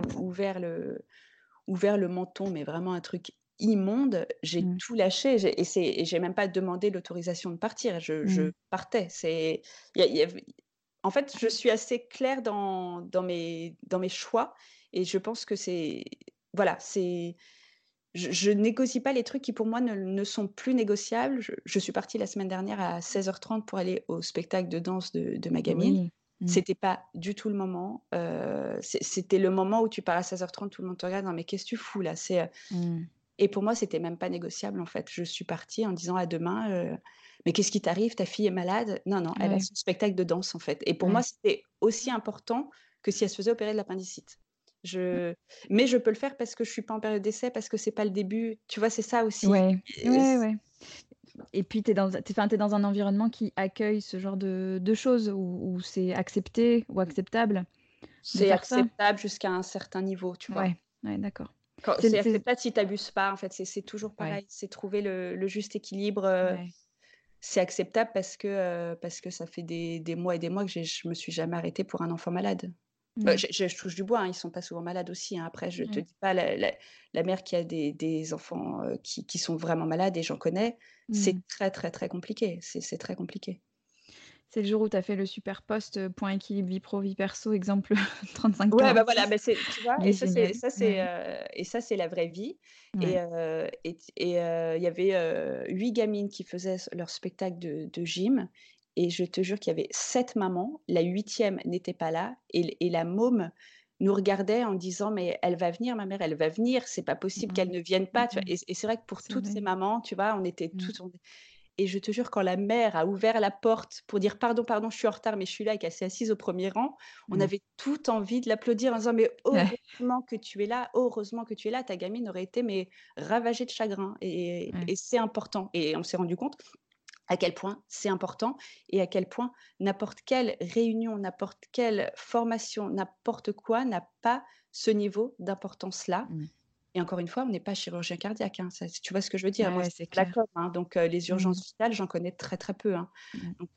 Speaker 2: ouvert le menton, mais vraiment un truc immonde. J'ai
Speaker 1: mmh,
Speaker 2: tout lâché, j'ai même pas demandé l'autorisation de partir. Je
Speaker 1: mmh,
Speaker 2: partais. Il y avait en fait, je suis assez claire dans mes choix et je pense que c'est voilà, c'est je négocie pas les trucs qui pour moi ne sont plus négociables. Je suis partie la semaine dernière à 16h30 pour aller au spectacle de danse de ma gamine.
Speaker 1: oui, mmh,
Speaker 2: C'était pas du tout le moment, c'était le moment où tu pars à 16h30, tout le monde te regarde: «Non mais qu'est-ce que tu fous là?»
Speaker 1: mmh,
Speaker 2: Et pour moi, c'était même pas négociable en fait. Je suis partie en disant: «À demain, mais qu'est-ce qui t'arrive? Ta fille est malade?» Non, non, elle a
Speaker 1: ouais,
Speaker 2: son spectacle de danse en fait et pour moi,
Speaker 1: ouais.
Speaker 2: c'était aussi important que si elle se faisait opérer de l'appendicite. Je Mais je peux le faire parce que je suis pas en période d'essai, parce que c'est pas le début, tu vois? C'est ça aussi.
Speaker 1: Ouais, ouais, ouais et puis tu es dans un environnement qui accueille ce genre de choses où c'est accepté ou acceptable de
Speaker 2: C'est
Speaker 1: faire ça?
Speaker 2: acceptable jusqu'à un certain niveau, tu vois?
Speaker 1: Ouais, ouais, d'accord.
Speaker 2: Quand c'est
Speaker 1: C'est
Speaker 2: acceptable si tu abuses pas, en fait, c'est toujours
Speaker 1: ouais,
Speaker 2: pareil, c'est trouver le juste équilibre,
Speaker 1: ouais,
Speaker 2: c'est acceptable parce que ça fait des mois et des mois que je me suis jamais arrêtée pour un enfant malade.
Speaker 1: mmh,
Speaker 2: Je touche du bois, hein, ils sont pas souvent malades aussi, hein. Après, je te
Speaker 1: ouais,
Speaker 2: dis pas la mère qui a des enfants, qui sont vraiment malades et j'en connais, c'est
Speaker 1: mmh.
Speaker 2: très, très, très compliqué, c'est très compliqué.
Speaker 1: C'est le jour où tu as fait le super post, point équilibre vie pro, vie perso, exemple
Speaker 2: Ouais, bah, voilà,
Speaker 1: 35-46.
Speaker 2: bah, c'est tu vois?
Speaker 1: Il est génial. Ouais,
Speaker 2: Et ça, c'est la vraie vie
Speaker 1: ouais.
Speaker 2: il y avait, 8 gamines qui faisaient leur spectacle de gym et je te jure qu'il y avait 7 mamans, la huitième n'était pas là et la môme nous regardait en disant: «Mais elle va venir ma mère, elle va venir, c'est pas possible
Speaker 1: Mmh.
Speaker 2: qu'elle ne vienne
Speaker 1: Mmh
Speaker 2: pas», tu vois?
Speaker 1: mh.
Speaker 2: Et c'est vrai que pour
Speaker 1: C'est
Speaker 2: toutes
Speaker 1: vrai.
Speaker 2: ces mamans, tu vois,
Speaker 1: Mmh.
Speaker 2: on et je te jure, quand la mère a ouvert la porte pour dire: «Pardon, pardon, je suis en retard, mais je suis là» et qu'elle s'est assise au premier rang, on
Speaker 1: Mmh.
Speaker 2: avait toute envie de l'applaudir en disant: «Mais
Speaker 1: Ouais,
Speaker 2: heureusement que tu es là, heureusement que tu es là, ta gamine aurait été mais ravagée de chagrin»
Speaker 1: ouais.
Speaker 2: et c'est important et on s'est rendu compte à quel point c'est important et à quel point n'importe quelle réunion, n'importe quelle formation, n'importe quoi n'a pas ce niveau d'importance-là
Speaker 1: Mmh.
Speaker 2: et encore une fois, on n'est pas chirurgien cardiaque, hein, ça tu vois ce que je veux dire? Moi,
Speaker 1: Ouais,
Speaker 2: je
Speaker 1: c'est
Speaker 2: fais la
Speaker 1: clair.
Speaker 2: com, hein, donc les
Speaker 1: Mmh.
Speaker 2: urgences vitales, j'en connais très, très peu, hein.
Speaker 1: Mmh.
Speaker 2: Donc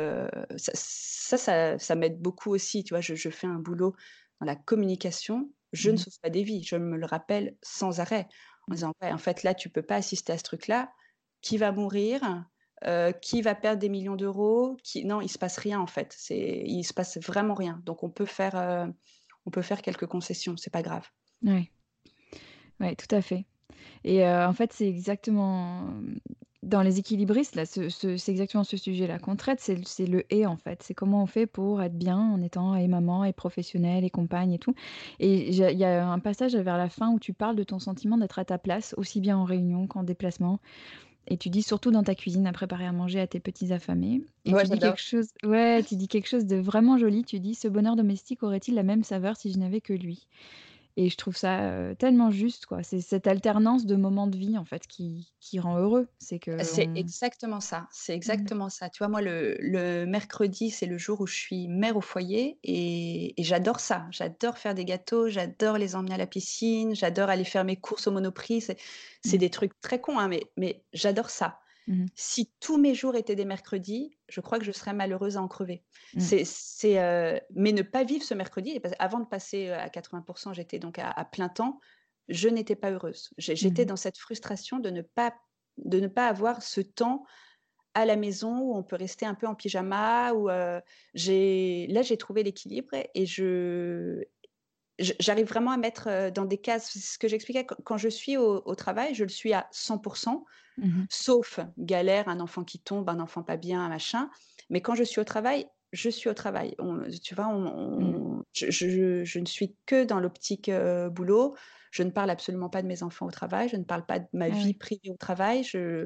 Speaker 2: ça m'aide beaucoup aussi, tu vois? Je fais un boulot dans la communication, je ne
Speaker 1: Mmh.
Speaker 2: sauve pas des vies, je me le rappelle sans arrêt en
Speaker 1: Mmh.
Speaker 2: disant: «Ouais, en fait, là, tu peux pas assister à ce truc-là. Qui va mourir? Qui va perdre des millions d'euros? Qui» non, il se passe rien, en fait. Il se passe vraiment rien. Donc on peut faire quelques concessions, c'est pas grave.
Speaker 1: Ouais, ouais, tout à fait et en fait, c'est exactement, dans les équilibristes là, c'est exactement ce sujet-là qu'on traite, c'est le «et» en fait. C'est comment on fait pour être bien en étant et maman et professionnelle et compagne et tout et il y a un passage vers la fin où tu parles de ton sentiment d'être à ta place, aussi bien en réunion qu'en déplacement. Et tu dis surtout dans ta cuisine à préparer à manger à tes petits affamés et
Speaker 2: Ouais,
Speaker 1: tu dis
Speaker 2: j'adore.
Speaker 1: quelque chose ouais, tu dis quelque chose de vraiment joli, tu dis: «Ce bonheur domestique aurait-il la même saveur si je n'avais que lui?» et je trouve ça, tellement juste quoi. C'est cette alternance de moments de vie en fait qui rend heureux. C'est
Speaker 2: C'est
Speaker 1: qu'on
Speaker 2: exactement ça, c'est
Speaker 1: mmh,
Speaker 2: exactement ça. Tu vois, moi, le mercredi, c'est le jour où je suis mère au foyer et j'adore ça. J'adore faire des gâteaux, j'adore les emmener à la piscine, j'adore aller faire mes courses au Monoprix. C'est
Speaker 1: mmh,
Speaker 2: des trucs très cons, hein, mais j'adore ça.
Speaker 1: mmh
Speaker 2: Si tous mes jours étaient des mercredis, je crois que je serais malheureuse à en crever.
Speaker 1: mh,
Speaker 2: Mais ne pas vivre ce mercredi parce avant de passer, à 80 j'étais donc à plein temps, je n'étais pas heureuse. J'étais
Speaker 1: mmh,
Speaker 2: dans cette frustration de ne pas avoir ce temps à la maison où on peut rester un peu en pyjama, où, j'ai trouvé l'équilibre et j'arrive vraiment à mettre, dans des cases. C'est ce que j'expliquais quand je suis au travail, je le suis à 100
Speaker 1: mmh
Speaker 2: sauf galère, un enfant qui tombe, un enfant pas bien, machin. Mais quand je suis au travail, je suis au travail. Tu vois,
Speaker 1: mmh,
Speaker 2: je ne suis que dans l'optique, boulot. Je ne parle absolument pas de mes enfants au travail, je ne parle pas de ma
Speaker 1: ah
Speaker 2: vie
Speaker 1: oui,
Speaker 2: privée au travail.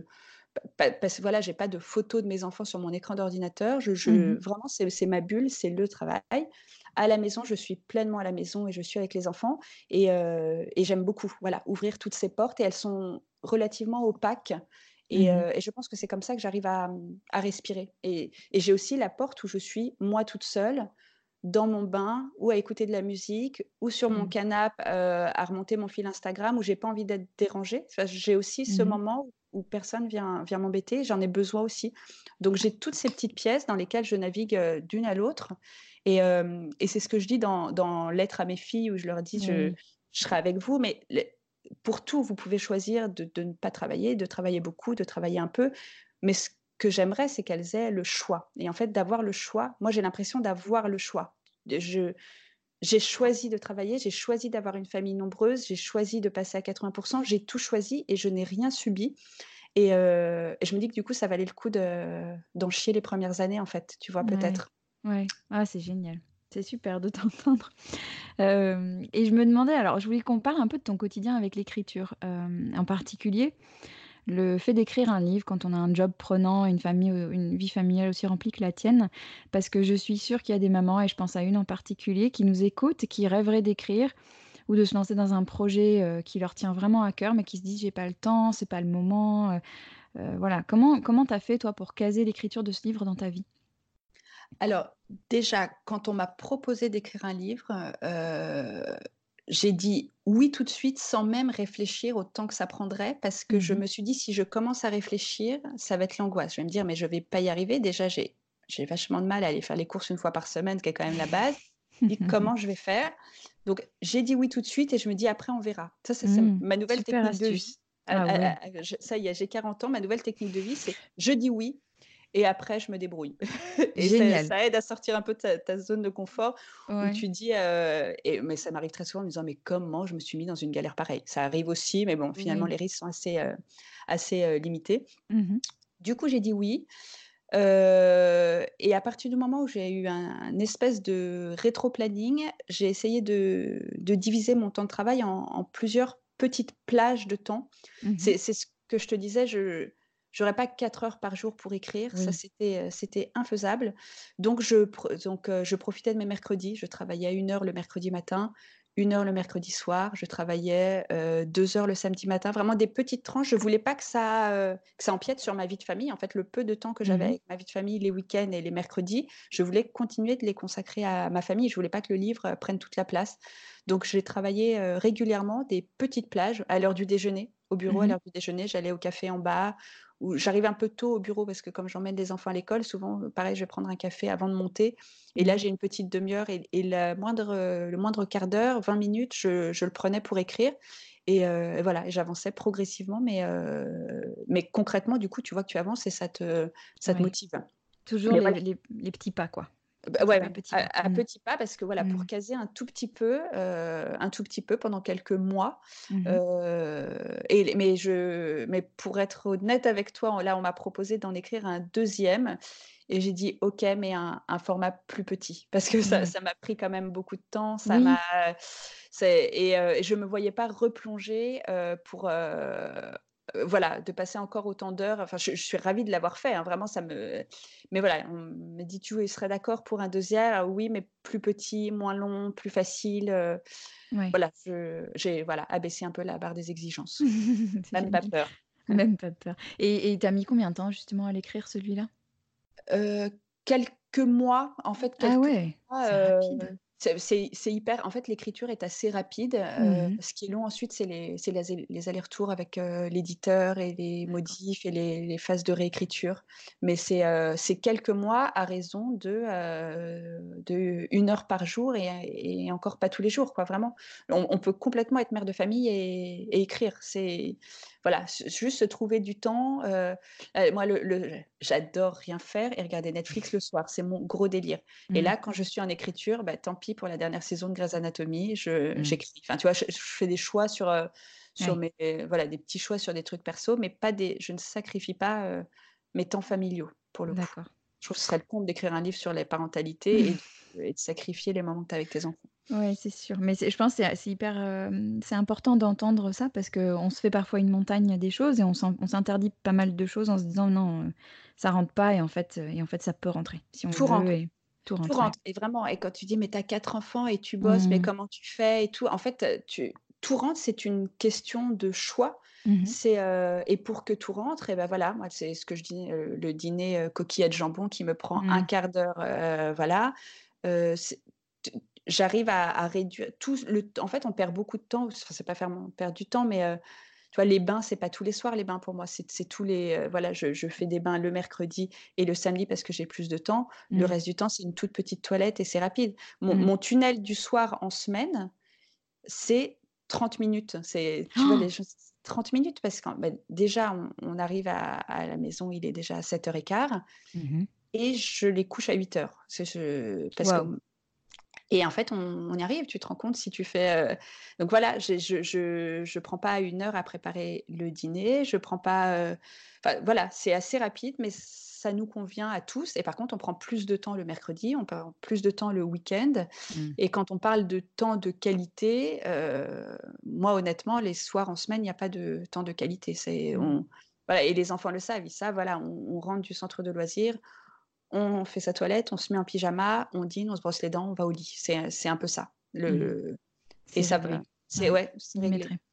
Speaker 2: Parce que voilà, j'ai pas de photos de mes enfants sur mon écran d'ordinateur.
Speaker 1: Mmh.
Speaker 2: Vraiment, c'est ma bulle, c'est le travail. À la maison, je suis pleinement à la maison et je suis avec les enfants et j'aime beaucoup, voilà, ouvrir toutes ces portes et elles sont relativement opaques
Speaker 1: Mmh.
Speaker 2: et je pense que c'est comme ça que j'arrive à respirer et j'ai aussi la porte où je suis moi toute seule dans mon bain ou à écouter de la musique ou sur mon
Speaker 1: Mmh.
Speaker 2: canapé, à remonter mon fil Instagram où j'ai pas envie d'être dérangée. Enfin, j'ai aussi ce
Speaker 1: Mmh.
Speaker 2: moment où personne vient m'embêter, j'en ai besoin aussi. Donc j'ai toutes ces petites pièces dans lesquelles je navigue, d'une à l'autre et c'est ce que je dis dans Lettres à mes filles où je leur dis: «Je
Speaker 1: Oui.
Speaker 2: je serai avec vous, mais pour tout, vous pouvez choisir de ne pas travailler, de travailler beaucoup, de travailler un peu, mais ce que j'aimerais, c'est qu'elles aient le choix» et en fait, d'avoir le choix, moi, j'ai l'impression d'avoir le choix. Je j'ai choisi de travailler, j'ai choisi d'avoir une famille nombreuse, j'ai choisi de passer à 80. J'ai tout choisi et je n'ai rien subi et je me dis que du coup, ça valait le coup d'en chier les premières années, en fait, tu vois,
Speaker 1: Ouais.
Speaker 2: peut-être?
Speaker 1: Ouais. Ah, c'est génial. C'est super de t'entendre. Et je me demandais alors, je voulais qu'on parle un peu de ton quotidien avec l'écriture, en particulier le fait d'écrire un livre quand on a un job prenant, une famille, une vie familiale aussi remplie que la tienne, parce que je suis sûre qu'il y a des mamans et je pense à une en particulier qui nous écoute et qui rêverait d'écrire ou de se lancer dans un projet, qui leur tient vraiment à cœur, mais qui se disent: «J'ai pas le temps, c'est pas le moment», voilà. Comment tu as fait toi pour caser l'écriture de ce livre dans ta vie?
Speaker 2: Alors, déjà, quand on m'a proposé d'écrire un livre, j'ai dit oui tout de suite sans même réfléchir au temps que ça prendrait parce que je
Speaker 1: Mmh.
Speaker 2: me suis dit: «Si je commence à réfléchir, ça va être l'angoisse». Je vais me dire: «Mais je vais pas y arriver». Déjà, j'ai vachement de mal à aller faire les courses une fois par semaine, qui est quand même la base. Je dis: «Comment je vais faire?» Donc j'ai dit oui tout de suite et je me dis: «Après on verra». Ça, c'est
Speaker 1: Mmh.
Speaker 2: ma nouvelle
Speaker 1: Super
Speaker 2: technique de vie.
Speaker 1: astuce. Ah ouais.
Speaker 2: Je ça y est, j'ai 40 ans, ma nouvelle technique de vie, c'est je dis oui et après je me débrouille et
Speaker 1: Génial.
Speaker 2: ça aide à sortir un peu de ta zone de confort où
Speaker 1: Ouais.
Speaker 2: tu dis, mais ça m'arrive très souvent en me disant: «Mais comment je me suis mis dans une galère pareille?» Ça arrive aussi, mais bon, finalement
Speaker 1: Oui.
Speaker 2: les risques sont assez, limités.
Speaker 1: Mmh.
Speaker 2: Du coup, j'ai dit oui, et à partir du moment où j'ai eu un espèce de rétro-planning, j'ai essayé de diviser mon temps de travail en plusieurs petites plages de temps.
Speaker 1: Mmh.
Speaker 2: C'est ce que je te disais, je j'aurais pas 4 heures par jour pour écrire, ça
Speaker 1: Oui.
Speaker 2: c'était infaisable. Je profitais de mes mercredis, je travaillais 1 heure le mercredi matin, 1 heure le mercredi soir, je travaillais, 2 heures le samedi matin, vraiment des petites tranches. Je voulais pas que ça empiète sur ma vie de famille. En fait, le peu de temps que j'avais
Speaker 1: Mmh.
Speaker 2: avec ma vie de famille, les week-ends et les mercredis, je voulais continuer de les consacrer à ma famille. Je voulais pas que le livre, prenne toute la place. Donc j'ai travaillé, régulièrement des petites plages à l'heure du déjeuner. Au bureau, à
Speaker 1: Mmh.
Speaker 2: l'heure du déjeuner, j'allais au café en bas ou j'arrive un peu tôt au bureau parce que comme j'emmène les enfants à l'école, souvent, pareil, je vais prendre un café avant de monter et là,
Speaker 1: Mmh.
Speaker 2: j'ai une petite demi-heure et le moindre quart d'heure, 20 minutes, je le prenais pour écrire et voilà et j'avançais progressivement mais concrètement, du coup, tu vois que tu avances et ça te
Speaker 1: Ouais.
Speaker 2: motive.
Speaker 1: Toujours
Speaker 2: Mais voilà.
Speaker 1: les petits pas, quoi.
Speaker 2: Bah,
Speaker 1: Petit
Speaker 2: ouais,
Speaker 1: pas,
Speaker 2: ouais,
Speaker 1: petit pas.
Speaker 2: à
Speaker 1: Mmh.
Speaker 2: petits pas parce que voilà, pour
Speaker 1: Mmh.
Speaker 2: caser un tout petit peu pendant quelques mois,
Speaker 1: Mmh.
Speaker 2: mais pour être honnête avec toi, là, on m'a proposé d'en écrire un deuxième et j'ai dit: «OK, mais un format plus petit». Parce que ça
Speaker 1: Ouais.
Speaker 2: ça m'a pris quand même beaucoup de temps, ça m'a
Speaker 1: Oui.
Speaker 2: c'est et je me voyais pas replonger, voilà, de passer encore autant d'heures. Enfin, je suis ravie de l'avoir fait, hein, vraiment ça me mais voilà, on me dit: «Tu serais d'accord pour un deuxième?» Ah oui, mais plus petit, moins long, plus facile,
Speaker 1: Ouais.
Speaker 2: voilà, j'ai voilà, abaissé un peu la barre des exigences.
Speaker 1: C'est
Speaker 2: Même pas
Speaker 1: génial.
Speaker 2: peur.
Speaker 1: Même pas peur. Et tu as mis combien de temps justement à l'écrire celui-là?
Speaker 2: Heu, quelques mois, en fait,
Speaker 1: Ah
Speaker 2: quelques
Speaker 1: ouais,
Speaker 2: mois,
Speaker 1: c'est rapide.
Speaker 2: c'est hyper en fait, l'écriture est assez rapide,
Speaker 1: Mmh.
Speaker 2: ce qui est long ensuite, c'est les allers-retours avec, l'éditeur et les
Speaker 1: D'accord.
Speaker 2: modifs et les phases de réécriture. Mais c'est quelques mois à raison de 1 heure par jour et encore pas tous les jours, quoi, vraiment. On peut complètement être mère de famille et écrire. C'est voilà, juste se trouver du temps, moi j'adore rien faire et regarder Netflix le soir, c'est mon gros délire et
Speaker 1: Mmh.
Speaker 2: là, quand je suis en écriture, bah, tant pis pour la dernière saison de Grey's Anatomy,
Speaker 1: Mmh.
Speaker 2: j'écris. Enfin, tu vois, je fais des choix sur
Speaker 1: Ouais.
Speaker 2: mes voilà, des petits choix sur des trucs perso, mais pas des je ne sacrifie pas, mes temps familiaux, pour le coup.
Speaker 1: D'accord.
Speaker 2: Je trouve que ce serait le comble d'écrire un livre sur les parentalités et de sacrifier les moments que tu as avec tes enfants.
Speaker 1: Ouais, c'est sûr. Mais je pense que c'est hyper, c'est important d'entendre ça parce qu'on se fait parfois une montagne des choses et on s'interdit pas mal de choses en se disant: «Non, ça rentre pas» et en fait ça peut rentrer si on
Speaker 2: Tout
Speaker 1: veut
Speaker 2: rentre.
Speaker 1: et tout
Speaker 2: Tout
Speaker 1: rentre, ouais.
Speaker 2: rentre et vraiment et quand tu dis: «Mais tu as 4 enfants et tu bosses, mais
Speaker 1: Mmh.
Speaker 2: comment tu fais?» et tout, en fait, tu tout rentre, c'est une question de choix.
Speaker 1: Mmh mh.
Speaker 2: C'est, et pour que tout rentre et bah, voilà, moi, c'est ce que je dis, le dîner, coquillettes jambon qui me prend un
Speaker 1: Mmh.
Speaker 2: quart d'heure, voilà, c'est t j'arrive à réduire tout le t en fait, on perd beaucoup de temps, enfin, c'est pas vraiment perdre du temps, mais tu vois, les bains, c'est pas tous les soirs les bains pour moi, c'est tous les, voilà, je fais des bains le mercredi et le samedi parce que j'ai plus de temps. Le
Speaker 1: Mmh.
Speaker 2: reste du temps, c'est une toute petite toilette et c'est rapide. Mon
Speaker 1: Mmh.
Speaker 2: mon tunnel du soir en semaine, c'est 30 minutes. C'est tu vois, les choses 30 minutes parce que, bah, déjà, on arrive à la maison, il est déjà 7:15
Speaker 1: Mmh mh.
Speaker 2: et je les couche à 8:00. C'est je parce que
Speaker 1: Waouh!
Speaker 2: et en fait, on y arrive, tu te rends compte si tu fais, donc voilà, je prends pas 1 heure à préparer le dîner, je prends pas, enfin voilà, c'est assez rapide, mais ça nous convient à tous et par contre, on prend plus de temps le mercredi, on prend plus de temps le week-end
Speaker 1: Mmh.
Speaker 2: et quand on parle de temps de qualité, moi honnêtement, les soirs en semaine, il y a pas de temps de qualité. C'est
Speaker 1: Mmh.
Speaker 2: on voilà et les enfants le savent, ils savent, voilà, on rentre du centre de loisirs, on fait sa toilette, on se met en pyjama, on dîne, on se brosse les dents, on va au lit. C'est un peu ça.
Speaker 1: Mmh.
Speaker 2: Et
Speaker 1: C'est
Speaker 2: ça va
Speaker 1: réglé.
Speaker 2: c'est
Speaker 1: Ouais,
Speaker 2: ouais, c'est réglé.
Speaker 1: millimétré.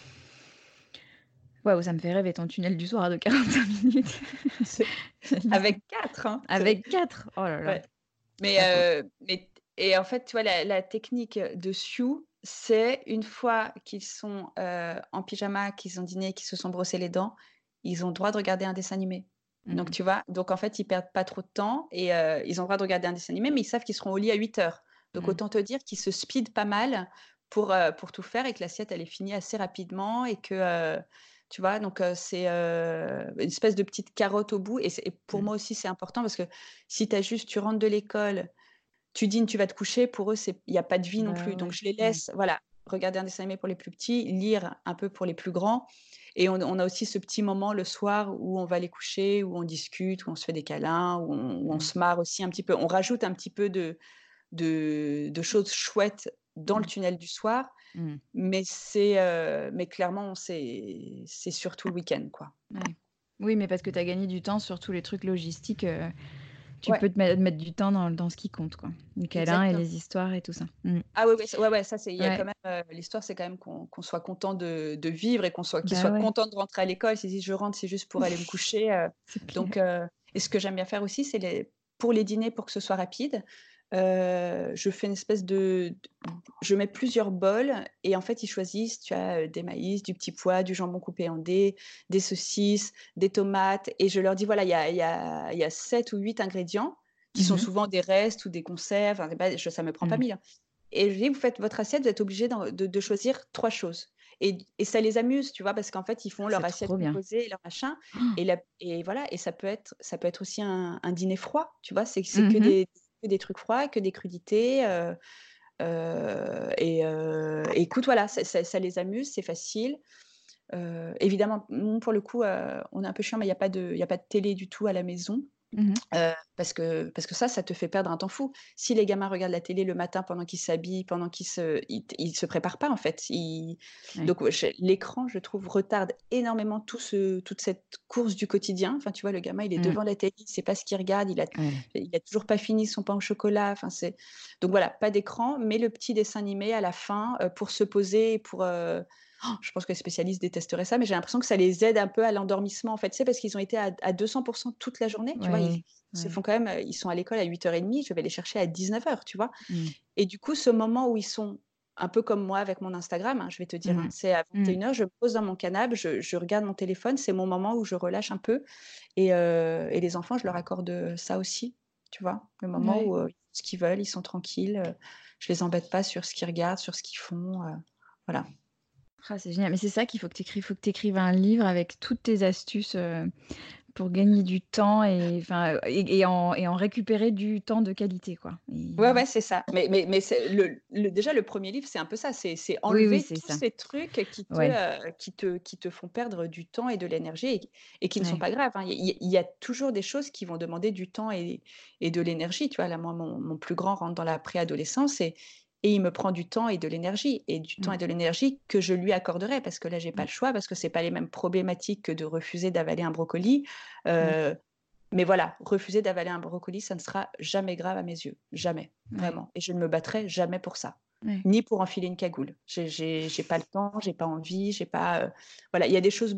Speaker 1: Waouh, ça me fait rêver ton tunnel du soir de 45 minutes.
Speaker 2: C'est
Speaker 1: J'hallucine.
Speaker 2: avec 4 hein, c'est
Speaker 1: Avec 4. Oh là là,
Speaker 2: ouais. Mais
Speaker 1: chapeau.
Speaker 2: et en fait, tu vois, la technique de Sioux, c'est une fois qu'ils sont, en pyjama, qu'ils ont dîné, qu'ils se sont brossés les dents, ils ont le droit de regarder un dessin animé. Donc
Speaker 1: Mmh.
Speaker 2: tu vois? Donc en fait, ils perdent pas trop de temps et ils ont le droit de regarder un dessin animé, mais ils savent qu'ils seront au lit à 8:00. Donc
Speaker 1: Mmh.
Speaker 2: autant te dire qu'ils se speedent pas mal pour tout faire et que l'assiette, elle est finie assez rapidement et que, tu vois? Donc c'est, une espèce de petite carotte au bout et pour
Speaker 1: Mmh.
Speaker 2: moi aussi, c'est important parce que si tu rentres de l'école, tu dînes, tu vas te coucher, pour eux, il y a pas de vie non
Speaker 1: Bah
Speaker 2: plus. Donc
Speaker 1: ouais,
Speaker 2: je les
Speaker 1: ouais.
Speaker 2: laisse, voilà, regarder un dessin animé pour les plus petits, lire un peu pour les plus grands et on a aussi ce petit moment le soir où on va les coucher, où on discute, où on se fait des câlins, où on
Speaker 1: Mmh.
Speaker 2: se marre aussi un petit peu. On rajoute un petit peu de choses chouettes dans le
Speaker 1: Mmh.
Speaker 2: tunnel du soir,
Speaker 1: Mmh.
Speaker 2: mais clairement, c'est surtout le week-end, quoi.
Speaker 1: Ouais. Oui, mais parce que tu as gagné du temps sur tous les trucs logistiques, tu
Speaker 2: Ouais,
Speaker 1: peux mettre du temps dans ce qui compte, quoi. Les câlins et
Speaker 2: exactement.
Speaker 1: les histoires et tout ça. Mmh.
Speaker 2: Ah oui, oui, ouais, ça c'est il y a quand
Speaker 1: Ouais.
Speaker 2: même, l'histoire c'est quand même qu'on soit content de vivre et qu'ils
Speaker 1: Bah
Speaker 2: soient
Speaker 1: ouais,
Speaker 2: contents de rentrer à l'école. Si je rentre, c'est juste pour aller me coucher,
Speaker 1: c'est clair.
Speaker 2: donc et ce que j'aime bien faire aussi, c'est pour les dîners, pour que ce soit rapide, je fais une espèce je mets plusieurs bols et en fait, ils choisissent, tu as, des maïs, du petit pois, du jambon coupé en dés, des saucisses, des tomates et je leur dis: «Voilà, il y a 7 ou 8 ingrédients qui
Speaker 1: Mmh
Speaker 2: sont
Speaker 1: mh.
Speaker 2: souvent des restes ou des conserves», enfin, c'est pas ça me prend pas
Speaker 1: Mmh.
Speaker 2: 1000, hein. Et je lui dis: «Vous faites votre assiette, vous êtes obligés de choisir 3 choses» et ça les amuse, tu vois? Parce qu'en fait, ils font leur
Speaker 1: C'est
Speaker 2: assiette
Speaker 1: trop bien.
Speaker 2: composée et leur machin et voilà et ça peut être aussi un dîner froid, tu vois? C'est
Speaker 1: Mmh mh.
Speaker 2: que des trucs froids, que des crudités, et écoute, voilà, ça les amuse, c'est facile. Évidemment, nous, pour le coup, on est un peu chiant, mais il y a pas de télé du tout à la maison.
Speaker 1: Mmh mh.
Speaker 2: Parce que ça te fait perdre un temps fou. Si les gamins regardent la télé le matin pendant qu'ils s'habillent, pendant qu'ils se préparent pas en fait.
Speaker 1: Ouais.
Speaker 2: Donc ouais, l'écran, je trouve, retarde énormément toute cette course du quotidien. Enfin, tu vois, le gamin, il est
Speaker 1: Mmh.
Speaker 2: devant la télé, il sait pas ce qu'il regarde, il a
Speaker 1: Ouais.
Speaker 2: il a toujours pas fini son pain au chocolat. Enfin, donc voilà, pas d'écran, mais le petit dessin animé à la fin, pour se poser et je pense que les spécialistes détesteraient ça, mais j'ai l'impression que ça les aide un peu à l'endormissement, en fait. Tu sais, parce qu'ils ont été à 200 toute la journée, tu vois? Ils
Speaker 1: Ouais.
Speaker 2: se
Speaker 1: Ouais.
Speaker 2: font quand même, ils sont à l'école à 8:30, je vais les chercher à 19:00, tu vois?
Speaker 1: Mmh.
Speaker 2: Et du coup, ce moment où ils sont un peu comme moi avec mon Instagram, hein, je vais te dire, hein,
Speaker 1: Mmh.
Speaker 2: c'est à
Speaker 1: Mmh.
Speaker 2: 21:00, je me pose dans mon canapé, je regarde mon téléphone, c'est mon moment où je relâche un peu et les enfants, je leur accorde, ça aussi, tu vois? Le moment
Speaker 1: Ouais.
Speaker 2: où, ils font ce qu'ils veulent, ils sont tranquilles, je les embête pas sur ce qu'ils regardent, sur ce qu'ils font, voilà.
Speaker 1: Ah, c'est génial, mais c'est ça qu'il faut que tu écrives un livre avec toutes tes astuces, pour gagner du temps et enfin, et en récupérer du temps de qualité, quoi
Speaker 2: Ouais,
Speaker 1: et
Speaker 2: ouais, c'est ça. Mais c'est déjà le premier livre, c'est un peu ça, c'est
Speaker 1: oui, oui,
Speaker 2: enlever
Speaker 1: c'est
Speaker 2: tous
Speaker 1: ça.
Speaker 2: ces trucs
Speaker 1: Ouais.
Speaker 2: qui te font perdre du temps et de l'énergie et qui ne sont
Speaker 1: Ouais.
Speaker 2: pas graves, hein. Il y a toujours des choses qui vont demander du temps et de l'énergie, tu vois? Là, moi, mon plus grand rentre dans la préadolescence et et il me prend du temps et de l'énergie
Speaker 1: Mmh.
Speaker 2: et de l'énergie que je lui accorderai parce que là, j'ai pas
Speaker 1: Mmh.
Speaker 2: le choix, parce que c'est pas les mêmes problématiques que de refuser d'avaler un brocoli,
Speaker 1: Ouais,
Speaker 2: heu, mais voilà, refuser d'avaler un brocoli, ça ne sera jamais grave à mes yeux, jamais,
Speaker 1: ouais,
Speaker 2: vraiment, et je ne me battrai jamais pour ça,
Speaker 1: ouais.
Speaker 2: ni pour enfiler une cagoule. J'ai pas le temps, j'ai pas envie, j'ai pas, voilà, il y a des choses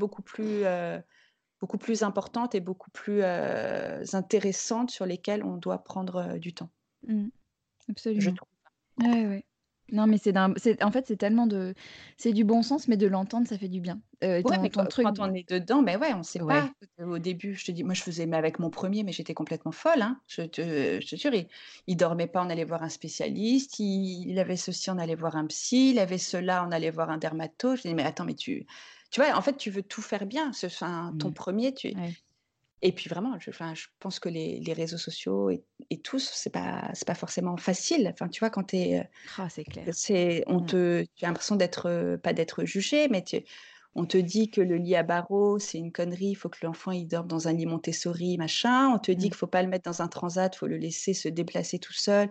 Speaker 2: beaucoup plus importantes et beaucoup plus, intéressantes sur lesquelles on doit prendre, du temps,
Speaker 1: Mmh.
Speaker 2: je
Speaker 1: Absolument.
Speaker 2: trouve.
Speaker 1: Ouais, ouais. Non, mais c'est en fait, c'est tellement de c'est du bon sens, mais de l'entendre, ça fait du bien.
Speaker 2: Ouais, mais
Speaker 1: Ton truc
Speaker 2: quand on est dedans, mais ouais, on sait
Speaker 1: ouais.
Speaker 2: pas. Au début, je te dis, moi, je faisais mais avec mon premier, mais j'étais complètement folle, hein. Je te jure, il dormait pas, on allait voir un spécialiste, il avait ceci, on allait voir un psy, il avait cela, on allait voir un dermato. Je dis: «Mais attends, mais tu vois, en fait, tu veux tout faire bien. Ton
Speaker 1: Mmh.
Speaker 2: premier, tu
Speaker 1: Ouais.
Speaker 2: et puis vraiment, je pense que les réseaux sociaux et tous, c'est pas forcément facile. Enfin, tu vois, quand tu es,
Speaker 1: Ah, c'est clair. Mmh.
Speaker 2: tu as l'impression d'être, pas d'être jugé, mais on te dit que le lit à barreaux, c'est une connerie, il faut que l'enfant il dorme dans un lit Montessori, machin. On te dit
Speaker 1: Mmh.
Speaker 2: qu'il faut pas le mettre dans un transat, il faut le laisser se déplacer tout seul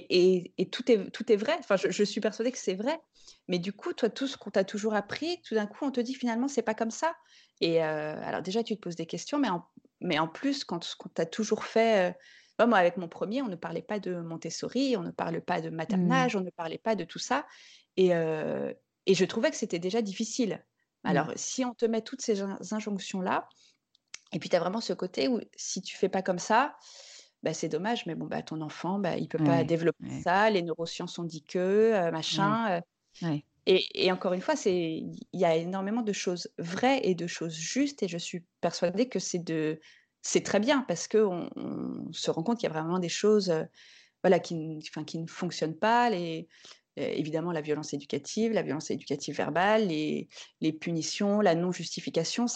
Speaker 2: et tout est vrai. Enfin, je suis persuadée que c'est vrai. Mais du coup, toi, tout ce qu'on t'a toujours appris, tout d'un coup, on te dit finalement c'est pas comme ça alors déjà tu te poses des questions, mais en plus quand ce qu'on t'a toujours fait, moi avec mon premier, on ne parlait pas de Montessori, on ne parle pas de
Speaker 1: Mmh.
Speaker 2: maternage, on ne parlait pas de tout ça et heu et je trouvais que c'était déjà difficile.
Speaker 1: Mmh.
Speaker 2: Alors si on te met toutes ces injonctions-là et puis tu as vraiment ce côté où si tu fais pas comme ça, bah, c'est dommage, mais bon, bah, ton enfant, bah, il peut pas
Speaker 1: Ouais,
Speaker 2: développer
Speaker 1: ouais,
Speaker 2: ça, les neurosciences ont dit que,
Speaker 1: ouais,
Speaker 2: machin,
Speaker 1: ouais.
Speaker 2: et encore une fois, il y a énormément de choses vraies et de choses justes et je suis persuadée que c'est très bien parce qu'on se rend compte qu'il y a vraiment des choses, voilà, qui ne fonctionnent pas. Évidemment, la violence éducative verbale, les punitions, la non-justification,